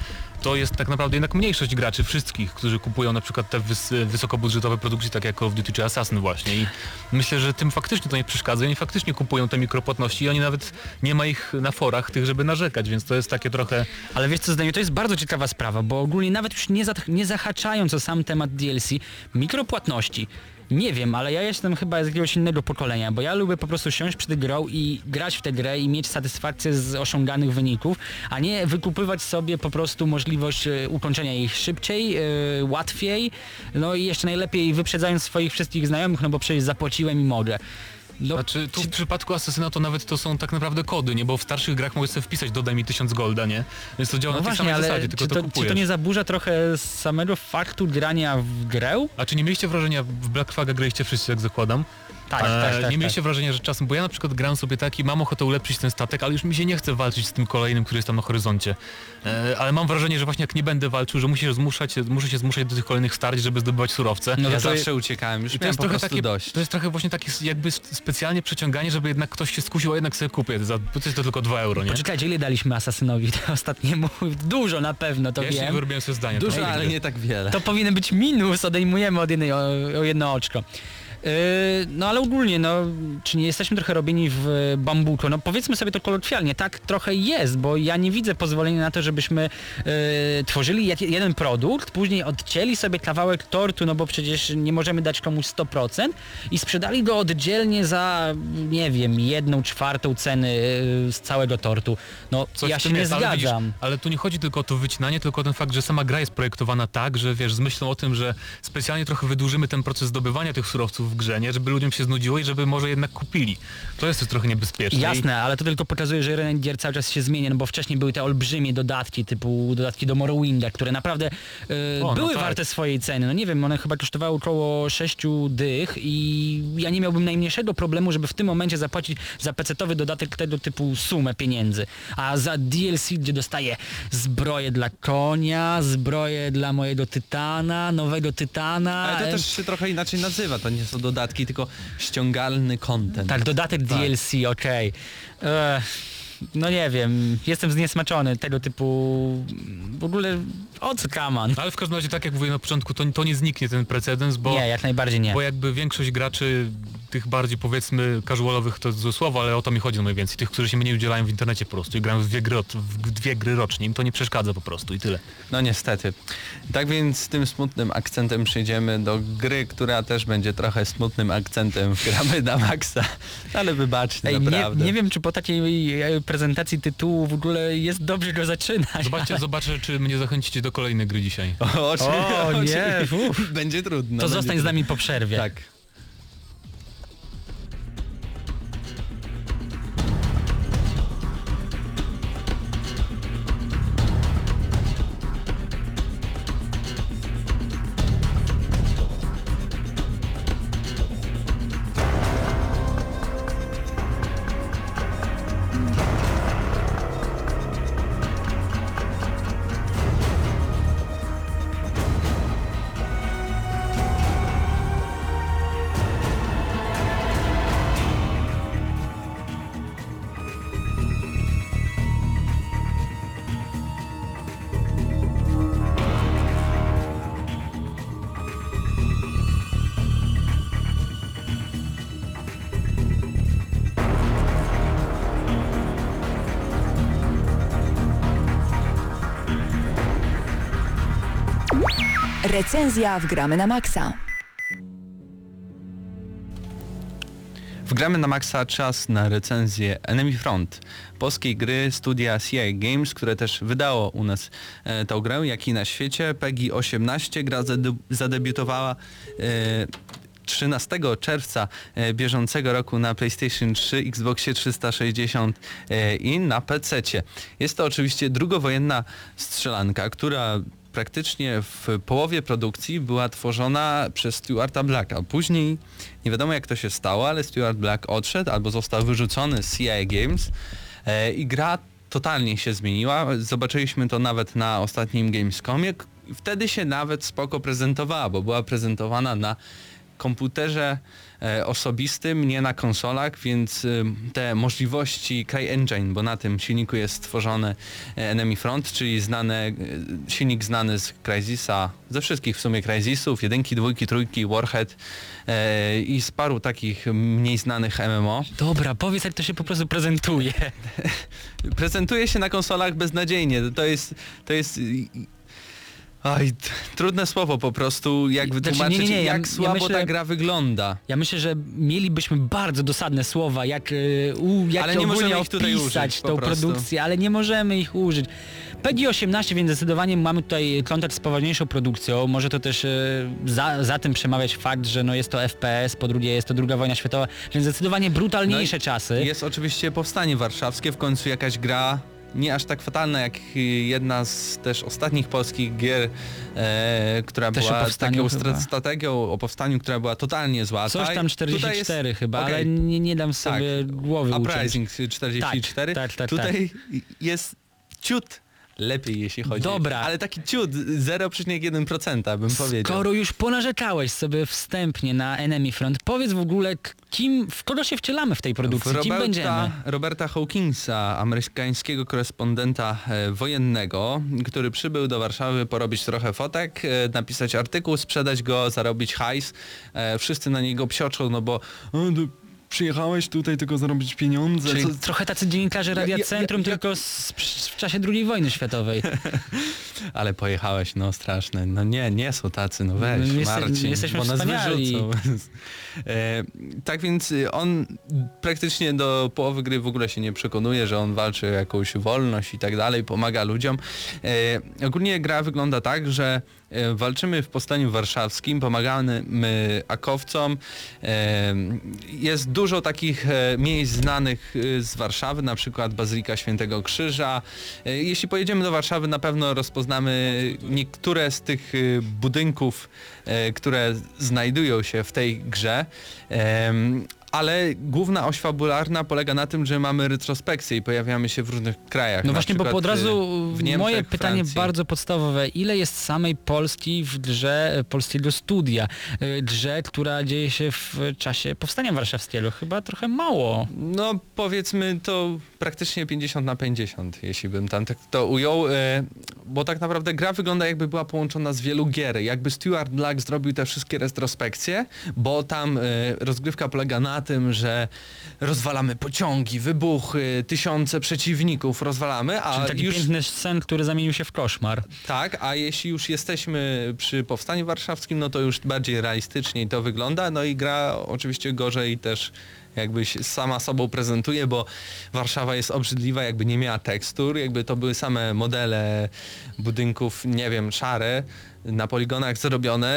to jest tak naprawdę jednak mniejszość graczy wszystkich, którzy kupują na przykład te wys- wysokobudżetowe produkcje, takie jak Call of Duty czy Assassin właśnie i myślę, że tym faktycznie to nie przeszkadza i oni faktycznie kupują te mikropłatności i oni nawet nie ma ich na forach tych, żeby narzekać, więc to jest takie trochę... Ale wiesz co, Zdaniu, to jest bardzo ciekawa sprawa, bo ogólnie nawet już nie, za, nie zahaczając o sam temat D L C, mikropłatności, nie wiem, ale ja jestem chyba z jakiegoś innego pokolenia, bo ja lubię po prostu siąść przed grą i grać w tę grę i mieć satysfakcję z osiąganych wyników, a nie wykupywać sobie po prostu możliwość e, ukończenia ich szybciej, e, łatwiej, no i jeszcze najlepiej wyprzedzając swoich wszystkich znajomych, no bo przecież zapłaciłem i mogę. No, Znaczy tu w przypadku Asasyna to nawet to są tak naprawdę kody, nie? Bo w starszych grach możesz sobie wpisać dodaj mi tysiąc golda, nie? Więc to działa no na tej właśnie, samej ale zasadzie, tylko czy to, to, kupujesz. czy to nie zaburza trochę samego faktu grania w grę? A czy nie mieliście wrażenia, w Black Flaga graliście wszyscy, jak zakładam? Tak, tak, tak. Nie mieliście tak. wrażenia, że czasem, bo ja na przykład gram sobie taki, mam ochotę ulepszyć ten statek, ale już mi się nie chce walczyć z tym kolejnym, który jest tam na horyzoncie. E, ale mam wrażenie, że właśnie jak nie będę walczył, że muszę się zmuszać, muszę się zmuszać do tych kolejnych starć, żeby zdobywać surowce. No Ja to zawsze uciekałem, już I to miałem jest, po trochę prostu takie, dość. to jest trochę właśnie takie jakby specjalnie przeciąganie, żeby jednak ktoś się skusił, a jednak sobie kupię. Za, to jest to tylko dwa euro, nie? Poczekajcie, ile daliśmy Asasynowi ostatniemu? Dużo na pewno, to Ja jeszcze wiem. nie wyrobiłem sobie zdania. Dużo, to ale nie tak wiele. To powinien być minus, odejmujemy od jednej, o, o jedno oczko. Yy, no ale ogólnie, no, czy nie jesteśmy trochę robieni w bambuko? No powiedzmy sobie to kolokwialnie, tak trochę jest, bo ja nie widzę pozwolenia na to, żebyśmy yy, tworzyli jed, jeden produkt, później odcięli sobie kawałek tortu, no bo przecież nie możemy dać komuś sto procent i sprzedali go oddzielnie za, nie wiem, jedną czwartą ceny yy, z całego tortu. No Coś ja w się tym nie jest, ale zgadzam. Widzisz, ale tu nie chodzi tylko o to wycinanie, tylko o ten fakt, że sama gra jest projektowana tak, że wiesz, z myślą o tym, że specjalnie trochę wydłużymy ten proces zdobywania tych surowców w grze, nie? Żeby ludziom się znudziło i żeby może jednak kupili. To jest trochę niebezpieczne. Jasne, ale to tylko pokazuje, że rynek gier cały czas się zmienia, no bo wcześniej były te olbrzymie dodatki, typu dodatki do Morrowinda, które naprawdę e, O, no były tak. warte swojej ceny. No nie wiem, one chyba kosztowały około sześciu dych i ja nie miałbym najmniejszego problemu, żeby w tym momencie zapłacić za pecetowy dodatek tego typu sumę pieniędzy. A za D L C, gdzie dostaję zbroję dla konia, zbroję dla mojego tytana, nowego tytana. Ale to e, też się trochę inaczej nazywa, to nie są dodatki, tylko ściągalny content. Tak, dodatek D L C, okej. Okay. No nie wiem, jestem zniesmaczony tego typu... W ogóle o co kaman? Ale w każdym razie, tak jak mówiłem na początku, to, to nie zniknie ten precedens, bo, Nie, jak najbardziej nie. bo jakby większość graczy, tych bardziej powiedzmy casualowych, to jest złe słowo, ale o to mi chodzi najwięcej. Tych, którzy się mniej udzielają w internecie po prostu i grają w dwie gry, w dwie gry rocznie, im to nie przeszkadza po prostu i tyle. No niestety. Tak więc z tym smutnym akcentem przejdziemy do gry, która też będzie trochę smutnym akcentem w Gramy na Maxa. Ale wybaczcie, Ej, nie, naprawdę. nie wiem, czy po takiej e, prezentacji tytułu w ogóle jest dobrze go zaczynać. Zobaczcie, zobaczę, czy mnie zachęcicie do kolejnej gry dzisiaj. O, oczy, O, oczy- nie, uf. Będzie trudno. To będzie zostań z trudno. nami po przerwie. Tak. Recenzja w Gramy na Maxa. W Gramy na Maxa czas na recenzję Enemy Front, polskiej gry studia C I Games, które też wydało u nas e, tą grę, jak i na świecie. PEGI osiemnaście, gra zade- zadebiutowała e, trzynastego czerwca e, bieżącego roku na PlayStation trzy, Xboxie trzysta sześćdziesiąt e, i na pececie. Jest to oczywiście drugowojenna strzelanka, która praktycznie w połowie produkcji była tworzona przez Stuarta Blacka. Później nie wiadomo jak to się stało, ale Stuart Black odszedł albo został wyrzucony z C I Games e, i gra totalnie się zmieniła. Zobaczyliśmy to nawet na ostatnim Gamescomie. Wtedy się nawet spoko prezentowała, bo była prezentowana na komputerze e, osobistym, nie na konsolach, więc e, te możliwości CryEngine, bo na tym silniku jest stworzony e, Enemy Front, czyli znane, e, silnik znany z Crysisa, ze wszystkich w sumie Crysisów, jedynki, dwójki, trójki, Warhead e, i z paru takich mniej znanych M M O. Dobra, powiedz jak to się po prostu prezentuje. Prezentuje się na konsolach beznadziejnie. To jest... To jest Oj, t- trudne słowo po prostu, jak Znaczy, wytłumaczyć, nie, nie, nie, ja- jak ja słabo myślę- ta gra wygląda. Ja myślę, że mielibyśmy bardzo dosadne słowa, jak, y, u, jak Ale to nie możemy ogólnie ich tutaj opisać użyć, po tą prostu. produkcję, ale nie możemy ich użyć. P G osiemnaście, więc zdecydowanie mamy tutaj kontakt z poważniejszą produkcją. Może to też y, za, za tym przemawiać fakt, że no jest to F P S, po drugie jest to druga wojna światowa, więc zdecydowanie brutalniejsze No i czasy. Jest oczywiście Powstanie Warszawskie, w końcu jakaś gra nie aż tak fatalna jak y, jedna z też ostatnich polskich gier, e, która Też o była powstaniu taką chyba. stra- strategią o powstaniu, która była totalnie zła. Coś Tutaj- tam tutaj czterdzieści cztery jest- chyba, okej, ale nie, nie dam sobie głowy uciąć. Uprising czterdzieści cztery. Tak, tak, tak, Tutaj jest ciut lepiej, jeśli chodzi. Dobra. Ale taki ciut, zero przecinek jeden procent bym powiedział. Skoro już ponarzekałeś sobie wstępnie na Enemy Front, powiedz w ogóle, k- kim, w kogo się wcielamy w tej produkcji, kim będziemy? Roberta, Roberta Hawkinsa, amerykańskiego korespondenta e, wojennego, który przybył do Warszawy porobić trochę fotek, e, napisać artykuł, sprzedać go, zarobić hajs. E, wszyscy na niego psioczą, no bo o, to przyjechałeś tutaj tylko zarobić pieniądze. Czyli Co- trochę tacy dziennikarze Radia Ja- ja- Centrum, ja- tylko z, w czasie drugiej wojny światowej. Ale pojechałeś, no straszne. No nie, nie są tacy, no weź, My jeste- Marcin, my jesteśmy bo nas wspaniali. wyrzucą. e, tak więc y, on praktycznie do połowy gry w ogóle się nie przekonuje, że on walczy o jakąś wolność i tak dalej, pomaga ludziom. E, ogólnie gra wygląda tak, że e, walczymy w Powstaniu Warszawskim, pomagamy akowcom. E, jest dużo takich e, miejsc znanych e, z Warszawy, na przykład Bazylika Świętego Krzyża. E, jeśli pojedziemy do Warszawy, na pewno rozpoznamy niektóre z tych e, budynków, e, które znajdują się w tej grze. Em, ale główna oś fabularna polega na tym, że mamy retrospekcję i pojawiamy się w różnych krajach. No na właśnie, bo przykład, od razu e, w Niemczech, moje pytanie Francji. bardzo podstawowe. Ile jest samej Polski w grze e, Polskiego Studia? E, Grze, która dzieje się w czasie Powstania Warszawskiego. Chyba trochę mało. No powiedzmy to praktycznie pięćdziesiąt na pięćdziesiąt, jeśli bym tam tak to ujął, e, bo tak naprawdę gra wygląda jakby była połączona z wielu gier. Jakby Stuart Luck zrobił te wszystkie retrospekcje, bo tam e, rozgrywka polega na tym, że rozwalamy pociągi, wybuchy, tysiące przeciwników rozwalamy, a Czyli taki już piękny sen, który zamienił się w koszmar. tak, a jeśli już jesteśmy przy Powstaniu Warszawskim, no to już bardziej realistycznie to wygląda, no i gra oczywiście gorzej też jakby się sama sobą prezentuje, bo Warszawa jest obrzydliwa, jakby nie miała tekstur, jakby to były same modele budynków, nie wiem, szare, na poligonach zrobione.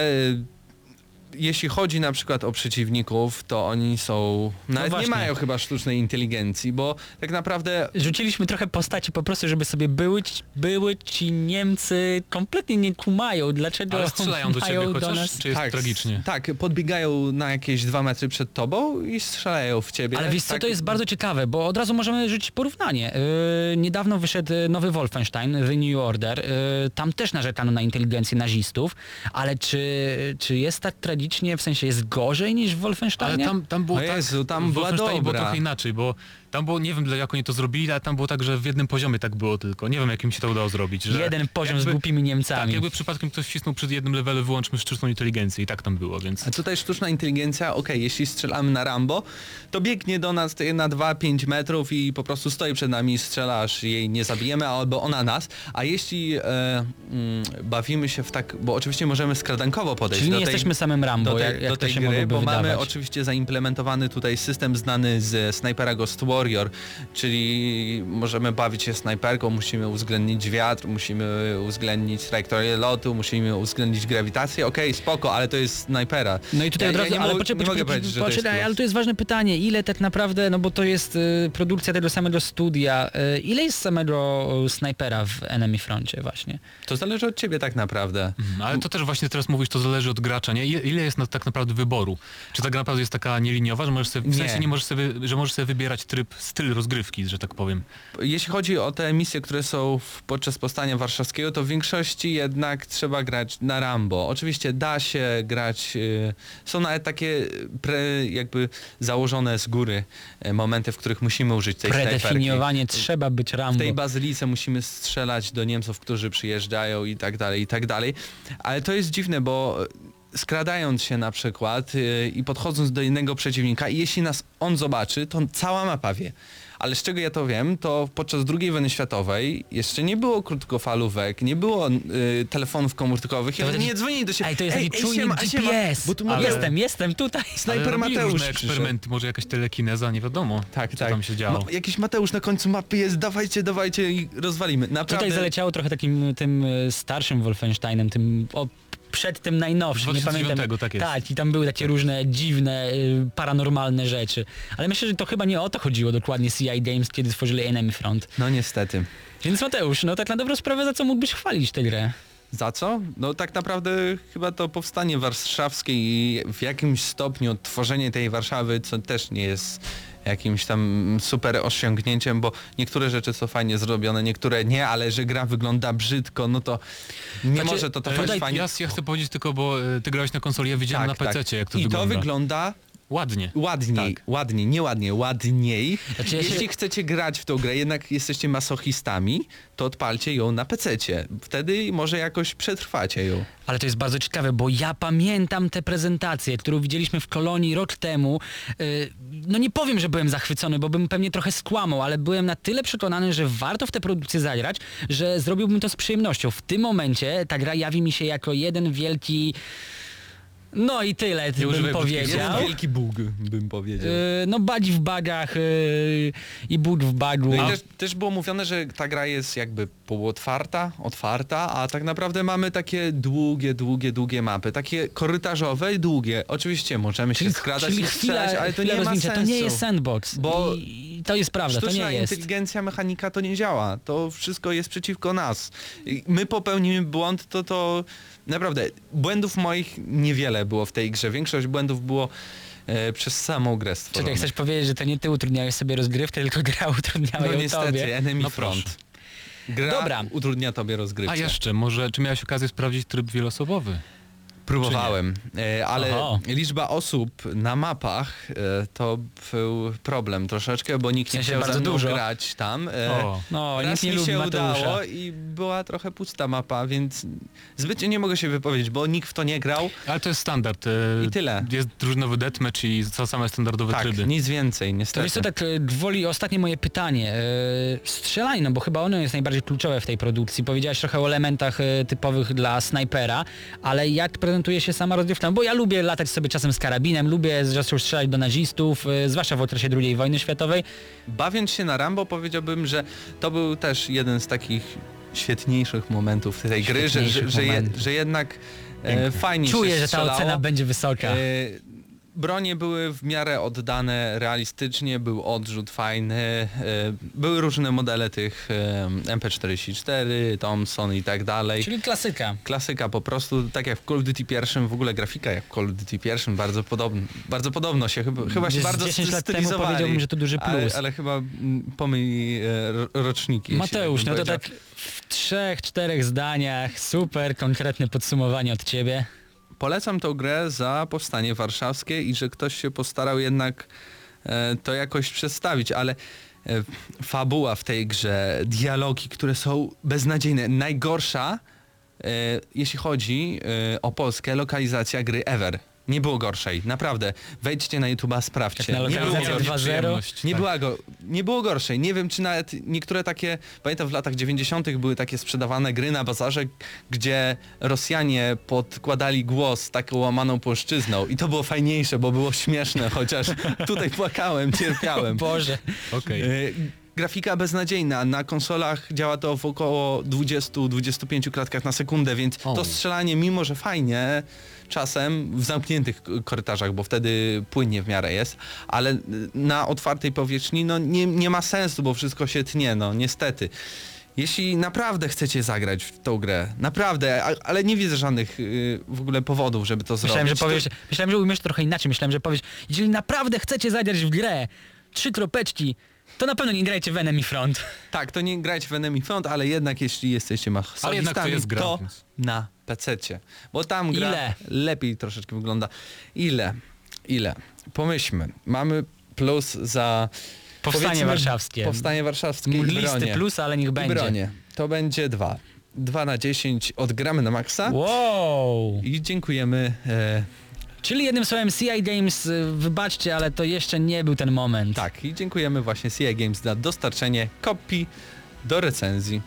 Jeśli chodzi na przykład o przeciwników, to oni są... Nawet nie właśnie. mają chyba sztucznej inteligencji, bo tak naprawdę Rzuciliśmy trochę postaci po prostu, żeby sobie były, ci- były ci Niemcy kompletnie nie kumają, dlaczego Ale strzelają do mają ciebie do chociaż, nas... czy jest tak, tragicznie? Tak, podbiegają na jakieś dwa metry przed tobą i strzelają w ciebie. Ale wiesz co, tak, to jest bardzo ciekawe, bo od razu możemy rzucić porównanie. Yy, niedawno wyszedł nowy Wolfenstein, The New Order. Yy, tam też narzekano na inteligencję nazistów, ale czy, czy jest tak tragicznie, w sensie jest gorzej niż w Ale Wolfensteinie? tam, tam było O tak, Jezu, tam w była Wolfensteinie było dobra. trochę inaczej, bo tam było, nie wiem jak oni to zrobili, ale tam było tak, że w jednym poziomie tak było tylko. Nie wiem jak im się to udało zrobić. Że Jeden poziom jakby, z głupimi Niemcami. Tak, jakby przypadkiem ktoś wcisnął przed jednym levelu, wyłączmy sztuczną inteligencję i tak tam było, więc... A tutaj sztuczna inteligencja, okej, jeśli strzelamy na Rambo, to biegnie do nas na dwa pięć metrów i po prostu stoi przed nami i strzela, aż jej nie zabijemy, albo ona nas. A jeśli e, mm, bawimy się w tak, bo oczywiście możemy skradankowo podejść Czyli do nie tej, jesteśmy samym Rambo, do tej, jak, jak do tej to się gry, mogłoby bo wydawać. mamy oczywiście zaimplementowany tutaj system znany z snajpera Ghost Warrior, czyli możemy bawić się snajperką, musimy uwzględnić wiatr, musimy uwzględnić trajektorię lotu, musimy uwzględnić grawitację, okej, spoko, ale to jest snajpera. No i tutaj Ja- od ja razu, nie ale mo- poczekaj, nie mogę poczekaj, powiedzieć, że to jest poczekaj, plus. ale to jest ważne pytanie, ile tak naprawdę, no bo to jest y, produkcja tego samego studia, y, ile jest samego y, snajpera w Enemy Froncie właśnie? To zależy od ciebie tak naprawdę. Mhm, ale to też właśnie teraz mówisz, to zależy od gracza, nie? Ile ile jest na, tak naprawdę wyboru? Czy tak naprawdę jest taka nieliniowa, że możesz sobie, w Nie. sensie nie możesz sobie, że możesz sobie wybierać tryb styl rozgrywki, że tak powiem. Jeśli chodzi o te misje, które są w, podczas powstania warszawskiego, to w większości jednak trzeba grać na Rambo. Oczywiście da się grać, y, są nawet takie pre, jakby założone z góry y, momenty, w których musimy użyć tej snajperki. Predefiniowanie, trzeba być W Rambo. tej bazylice musimy strzelać do Niemców, którzy przyjeżdżają i tak dalej, i tak dalej. Ale to jest dziwne, bo skradając się na przykład yy, i podchodząc do innego przeciwnika, i jeśli nas on zobaczy, to cała mapa wie. Ale z czego ja to wiem, to podczas drugiej wojny światowej jeszcze nie było krótkofalówek, nie było yy, telefonów komórkowych, To i oni taki- nie dzwonili do siebie. Ej, to jest taki czujnik siema, G siema, P S. bo tu Ale- mogę... Jestem, jestem tutaj. Snajper Ale robili Mateusz różne przyszedł. eksperymenty, może jakaś telekineza, nie wiadomo, Tak, co tak. tam się działo. Ma, jakiś Mateusz na końcu mapy jest, dawajcie, dawajcie i rozwalimy. Naprawdę. Tutaj zaleciało trochę takim tym y, starszym Wolfensteinem, tym o, przed tym najnowszym, nie dwa tysiące pamiętam. dziewiątego, tak jest. Tak, i tam były takie różne dziwne, y, paranormalne rzeczy. Ale myślę, że to chyba nie o to chodziło dokładnie C I Games, kiedy stworzyli Enemy Front. No niestety. Więc Mateusz, no tak na dobrą sprawę, za co mógłbyś chwalić tę grę? Za co? No tak naprawdę chyba to powstanie warszawskie i w jakimś stopniu odtworzenie tej Warszawy, co też nie jest jakimś tam super osiągnięciem, bo niektóre rzeczy są fajnie zrobione, niektóre nie, ale że gra wygląda brzydko, no to nie Znaczy, może to trwać Tutaj fajnie. ja, ja chcę powiedzieć tylko, bo e, ty grałeś na konsoli, ja widziałem na pececie, jak to I wygląda. to wygląda Ładnie. ładniej, Tak. ładniej, nie ładnie, ładniej. Znaczy, ja się- Jeśli chcecie grać w tą grę, jednak jesteście masochistami, to odpalcie ją na pececie. Wtedy może jakoś przetrwacie ją. Ale to jest bardzo ciekawe, bo ja pamiętam tę prezentację, którą widzieliśmy w Kolonii rok temu. Yy, No nie powiem, że byłem zachwycony, bo bym pewnie trochę skłamał, ale byłem na tyle przekonany, że warto w tę produkcję zagrać, że zrobiłbym to z przyjemnością. W tym momencie ta gra jawi mi się jako jeden wielki... No i tyle, bym używaj brzydkiego powiedział. Jeden wielki bóg, bym powiedział. Yy, No bagi w bagach yy, i bóg w bagu. No i też, też było mówione, że ta gra jest jakby półotwarta, otwarta, a tak naprawdę mamy takie długie, długie, długie mapy, takie korytarzowe i długie. Oczywiście możemy się skradać i strzelać, ale to chwila nie ma rozwinięcia, sensu. To nie jest sandbox, Bo I to jest prawda, to Sztuczna nie jest. inteligencja, mechanika to nie działa. To wszystko jest przeciwko nas. I my popełnimy błąd, to to naprawdę błędów moich niewiele było w tej grze. Większość błędów było e, przez samą grę stworzone. Czekaj, chcesz powiedzieć, że to nie ty utrudniałeś sobie rozgrywkę, tylko gra utrudniała No ją niestety, tobie. Enemy No proszę. Front. Gra Dobra. utrudnia tobie rozgrywkę. A jeszcze, może, czy miałeś okazję sprawdzić tryb wieloosobowy? Próbowałem, e, ale Oho. liczba osób na mapach e, to był problem troszeczkę, bo nikt W nie sensie chciał bardzo ze mną dużo. grać tam. E, O. No, Raz nikt nie mi lubi się Mateusza. udało i była trochę pusta mapa, więc zbytnio nie mogę się wypowiedzieć, bo nikt w to nie grał. Ale to jest standard. e, I tyle. Jest drużynowy deathmatch i co same standardowe Tak, tryby. nic więcej, To niestety. jest to tak e, gwoli ostatnie moje pytanie. E, Strzelaj, no bo chyba ono jest najbardziej kluczowe w tej produkcji. Powiedziałeś trochę o elementach e, typowych dla snajpera, ale jak prezentuje się sama rozgrywka? Bo ja lubię latać sobie czasem z karabinem, lubię zacząć strzelać do nazistów, e, zwłaszcza w okresie drugiej wojny światowej. Bawiąc się na Rambo, powiedziałbym, że to był też jeden z takich świetniejszych momentów tej gry, że, że, Świetniejszych że, je, momentów. że jednak e, fajnie Czuję, się że ta strzelało. ocena będzie wysoka. E, bronie były w miarę oddane realistycznie, był odrzut fajny, e, były różne modele tych e, M P czterdzieści cztery, Thompson i tak dalej. Czyli klasyka. Klasyka po prostu, tak jak w Call of Duty pierwszym, w ogóle grafika jak w Call of Duty pierwszym, bardzo podobno, bardzo podobno się, chyba, chyba się Z bardzo dziesięć lat temu stylizowali. powiedziałbym, że to duży plus. Ale, ale chyba mm, pomyli e, ro- roczniki. jeśli Mateusz, bym no to powiedział. tak w trzech, czterech zdaniach, super konkretne podsumowanie od ciebie. Polecam tą grę za powstanie warszawskie i że ktoś się postarał jednak e, to jakoś przedstawić, ale e, fabuła w tej grze, dialogi, które są beznadziejne. Najgorsza, e, jeśli chodzi e, o Polskę, lokalizacja gry ever. Nie było gorszej, naprawdę. Wejdźcie na YouTube'a, sprawdźcie. Jak na nie było lokalizację gorszej. dwa zero? Nie, tak. była go, nie było gorszej. Nie wiem, czy nawet niektóre takie, pamiętam w latach dziewięćdziesiątych były takie sprzedawane gry na bazarze, gdzie Rosjanie podkładali głos taką łamaną polszczyzną i to było fajniejsze, bo było śmieszne, chociaż tutaj płakałem, cierpiałem. Boże. Okej. E, Grafika beznadziejna, na konsolach działa to w około dwudziestu do dwudziestu pięciu klatkach na sekundę, więc O. to strzelanie, mimo że fajnie, czasem w zamkniętych k- korytarzach, bo wtedy płynnie w miarę jest, ale y, na otwartej powierzchni no nie, nie ma sensu, bo wszystko się tnie, no niestety. Jeśli naprawdę chcecie zagrać w tą grę, naprawdę, a, ale nie widzę żadnych y, w ogóle powodów, żeby to Myślałem, zrobić. że powiesz, myślałem, że umiesz trochę inaczej. Myślałem, że powiesz, jeżeli naprawdę chcecie zagrać w grę, trzy kropeczki, To na pewno nie grajcie w Enemy Front. Tak, to nie grajcie w Enemy Front, ale jednak jeśli jesteście Ale jednak to masochistami, jest gra, to więc- na pececie. Bo tam gra Ile? lepiej troszeczkę wygląda. Ile? Ile? Pomyślmy. Mamy plus za... Powstanie powiedzmy, warszawskie. Powstanie warszawskie i Listy bronie. plus, ale niech I będzie. bronie. To będzie dwa. Dwa na dziesięć odgramy na maksa. Wow! I dziękujemy. E, Czyli jednym słowem C I Games, y, wybaczcie, ale to jeszcze nie był ten moment. tak, i dziękujemy właśnie C I Games za dostarczenie kopii do recenzji.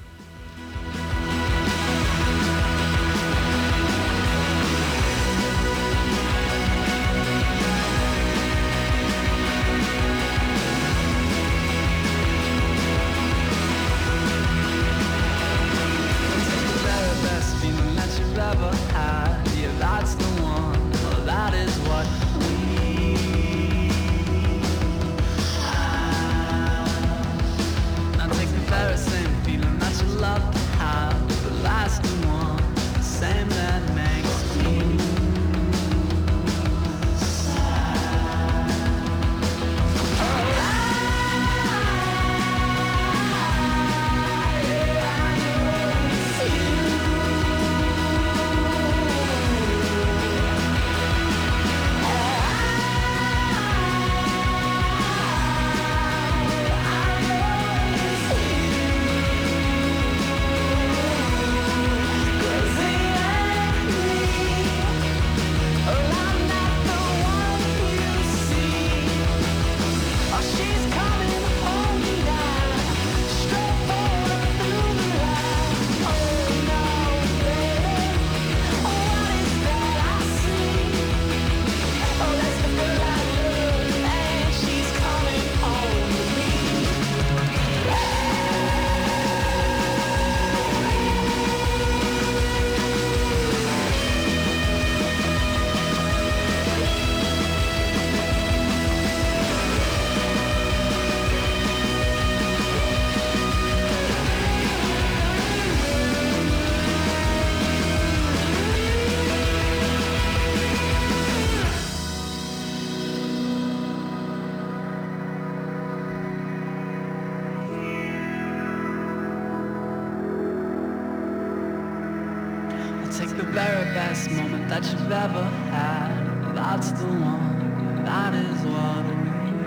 Take the very best moment that you've ever had. That's the one, that is what I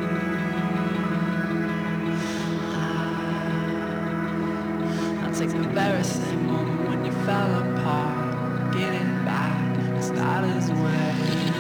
need. Now take the very same moment when you fell apart. Get it back, 'cause that is where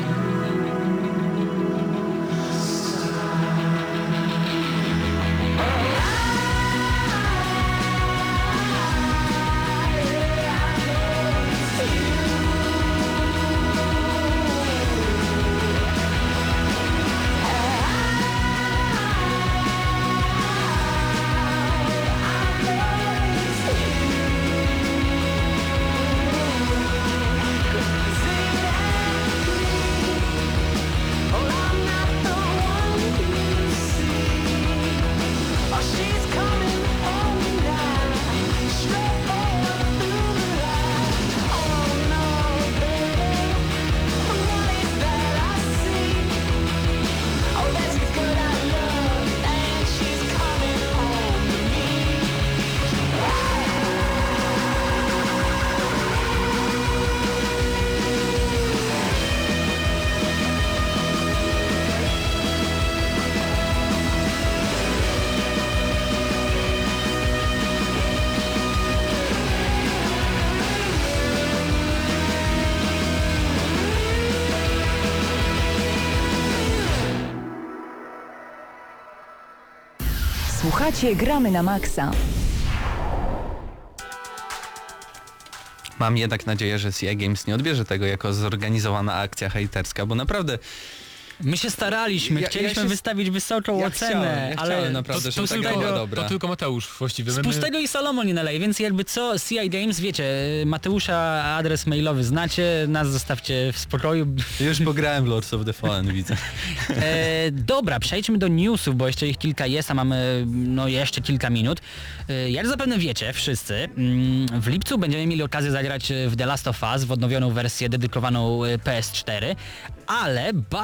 Słuchacie Gramy na Maxa. Mam jednak nadzieję, że C I Games nie odbierze tego jako zorganizowana akcja hejterska, bo naprawdę My się staraliśmy, Ja- chcieliśmy ja się- wystawić wysoką ja ocenę, chciałem, ja ale chciałem naprawdę, żeby to, ta gra była tego, dobra. To tylko Mateusz właściwie. z My- pustego i Salomon nie naleje, więc jakby co, C I Games, wiecie, Mateusza adres mailowy znacie, nas zostawcie w spokoju. już pograłem w Lords of the Fallen, widzę. E, dobra, przejdźmy do newsów, bo jeszcze ich kilka jest, a mamy no jeszcze kilka minut. E, jak zapewne wiecie, wszyscy, mm, w lipcu będziemy mieli okazję zagrać w The Last of Us, w odnowioną wersję dedykowaną e, P S cztery, ale bardzo możliwe,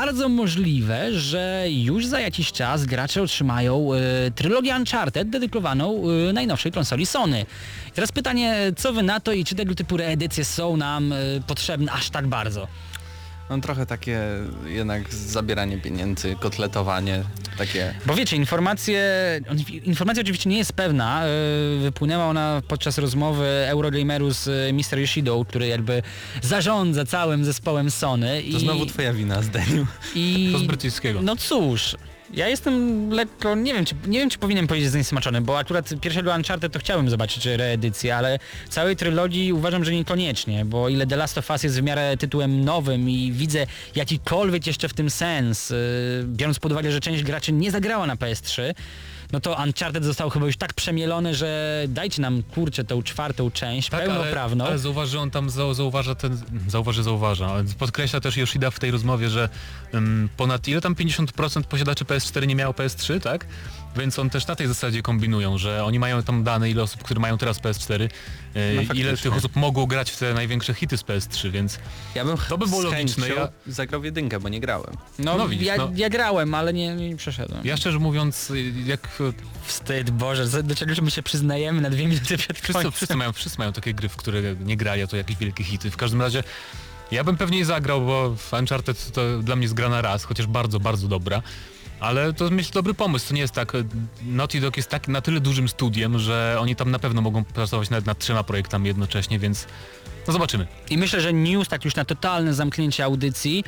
możliwe, że już za jakiś czas gracze otrzymają y, trylogię Uncharted dedykowaną y, najnowszej konsoli Sony. I teraz pytanie, co wy na to i czy tego typu reedycje są nam y, potrzebne aż tak bardzo? No trochę takie jednak zabieranie pieniędzy, kotletowanie, takie... Bo wiecie, informacje, informacja oczywiście nie jest pewna, yy, wypłynęła ona podczas rozmowy Eurogameru z y, mister Yoshidą, który jakby zarządza całym zespołem Sony. To i, znowu twoja wina, Zdeniu. i To z brytyjskiego. No cóż, ja jestem lekko, nie wiem, czy, nie wiem czy powinienem powiedzieć zniesmaczony, bo akurat pierwszego Uncharted to chciałem zobaczyć reedycję, ale całej trylogii uważam, że niekoniecznie, bo ile The Last of Us jest w miarę tytułem nowym i widzę jakikolwiek jeszcze w tym sens, yy, biorąc pod uwagę, że część graczy nie zagrała na P S trzy, no to Uncharted został chyba już tak przemielony, że dajcie nam, kurczę, tą czwartą część, Tak, pełnoprawną. Ale, ale zauważy on tam, zau, zauważa ten, zauważy, zauważa, ale podkreśla też Yoshida w tej rozmowie, że um, ponad ile tam pięćdziesiąt procent posiadaczy P S cztery nie miało P S trzy, tak? Więc on też na tej zasadzie kombinują, że oni mają tam dane, ile osób, które mają teraz P S cztery, No e, faktycznie. ile tych osób mogło grać w te największe hity z P S trzy, więc Ja bym To by było z logiczne, chęcią ja- zagrał w jedynkę, bo nie grałem. No, no widzisz, ja, no. ja grałem, ale nie, nie przeszedłem. ja szczerze mówiąc, y, jak Wstyd, Boże, za- do czego my się przyznajemy na dwie minuty przed wszyscy, końcem. wszyscy, mają, wszyscy mają takie gry, w które nie grali, a to jakieś wielkie hity. W każdym razie ja bym pewnie zagrał, bo w Uncharted to dla mnie jest gra na raz, chociaż bardzo, bardzo dobra. Ale to myślę dobry pomysł, to nie jest tak, Naughty Dog jest tak na tyle dużym studiem, że oni tam na pewno mogą pracować nawet nad trzema projektami jednocześnie, więc no zobaczymy. I myślę, że news, tak już na totalne zamknięcie audycji.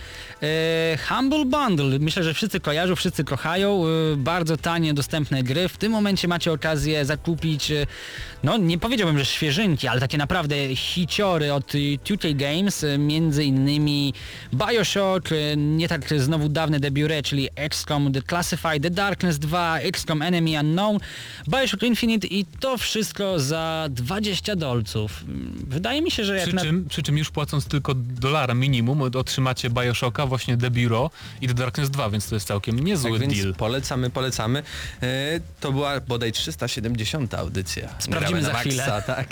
E, Humble Bundle, myślę, że wszyscy kojarzą, wszyscy kochają. E, bardzo tanie, dostępne gry. W tym momencie macie okazję zakupić, e, no nie powiedziałbym, że świeżynki, ale takie naprawdę hiciory od two K Games, e, między innymi Bioshock, e, nie tak znowu dawne debiure, czyli X COM The Classified, The Darkness dwa, X COM Enemy Unknown, Bioshock Infinite i to wszystko za dwadzieścia dolców. Wydaje mi się, że jak Przy na... czym, przy czym już płacąc tylko dolara minimum otrzymacie Bioshocka, właśnie The Bureau i The Darkness dwa, więc to jest całkiem niezły Tak więc deal. polecamy, polecamy. E, to była bodaj trzysta siedemdziesiąta audycja. Sprawdzimy Gramy za na chwilę. Maxa, tak.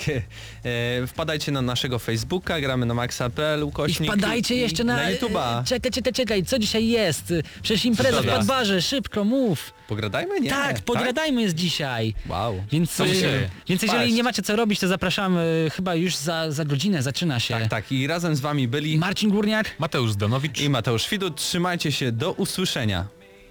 E, wpadajcie na naszego Facebooka, gramy na maxa kropka p l, I ukośnik. wpadajcie i- jeszcze na... na YouTube'a. Czekaj, czekaj, czekaj, co dzisiaj jest? Przecież impreza w Środa. Podbarze, szybko mów. Pogradajmy? Nie. tak, podgadajmy jest dzisiaj. Wow. Więc, Co się y, dzieje? więc jeżeli Paść. nie macie co robić, to zapraszamy chyba już za, za godzinę, zaczyna się. Tak, tak. I razem z wami byli Marcin Górniak. Mateusz Zdanowicz. i Mateusz Widut. Trzymajcie się, do usłyszenia.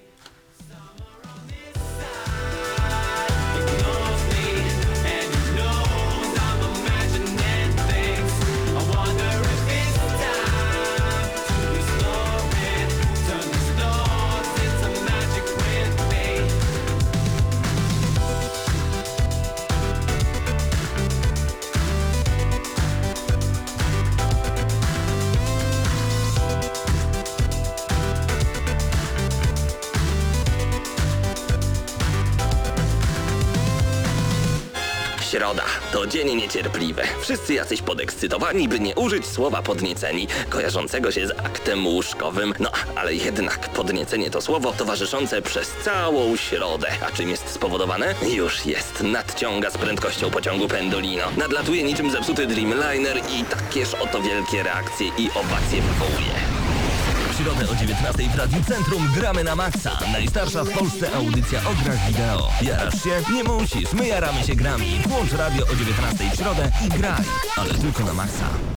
Środa to dzień niecierpliwy. Wszyscy jacyś podekscytowani, by nie użyć słowa podnieceni, kojarzącego się z aktem łóżkowym. No, ale jednak podniecenie to słowo towarzyszące przez całą środę. A czym jest spowodowane? Już jest. Nadciąga z prędkością pociągu Pendolino. Nadlatuje niczym zepsuty Dreamliner i takież oto wielkie reakcje i owacje wywołuje. W środę o dziewiętnastej w Radiu Centrum gramy na maksa. Najstarsza w Polsce audycja o grach wideo. Jarasz się? Nie musisz. My jaramy się grami. Włącz radio o dziewiętnastej w środę i graj. Ale tylko na maksa.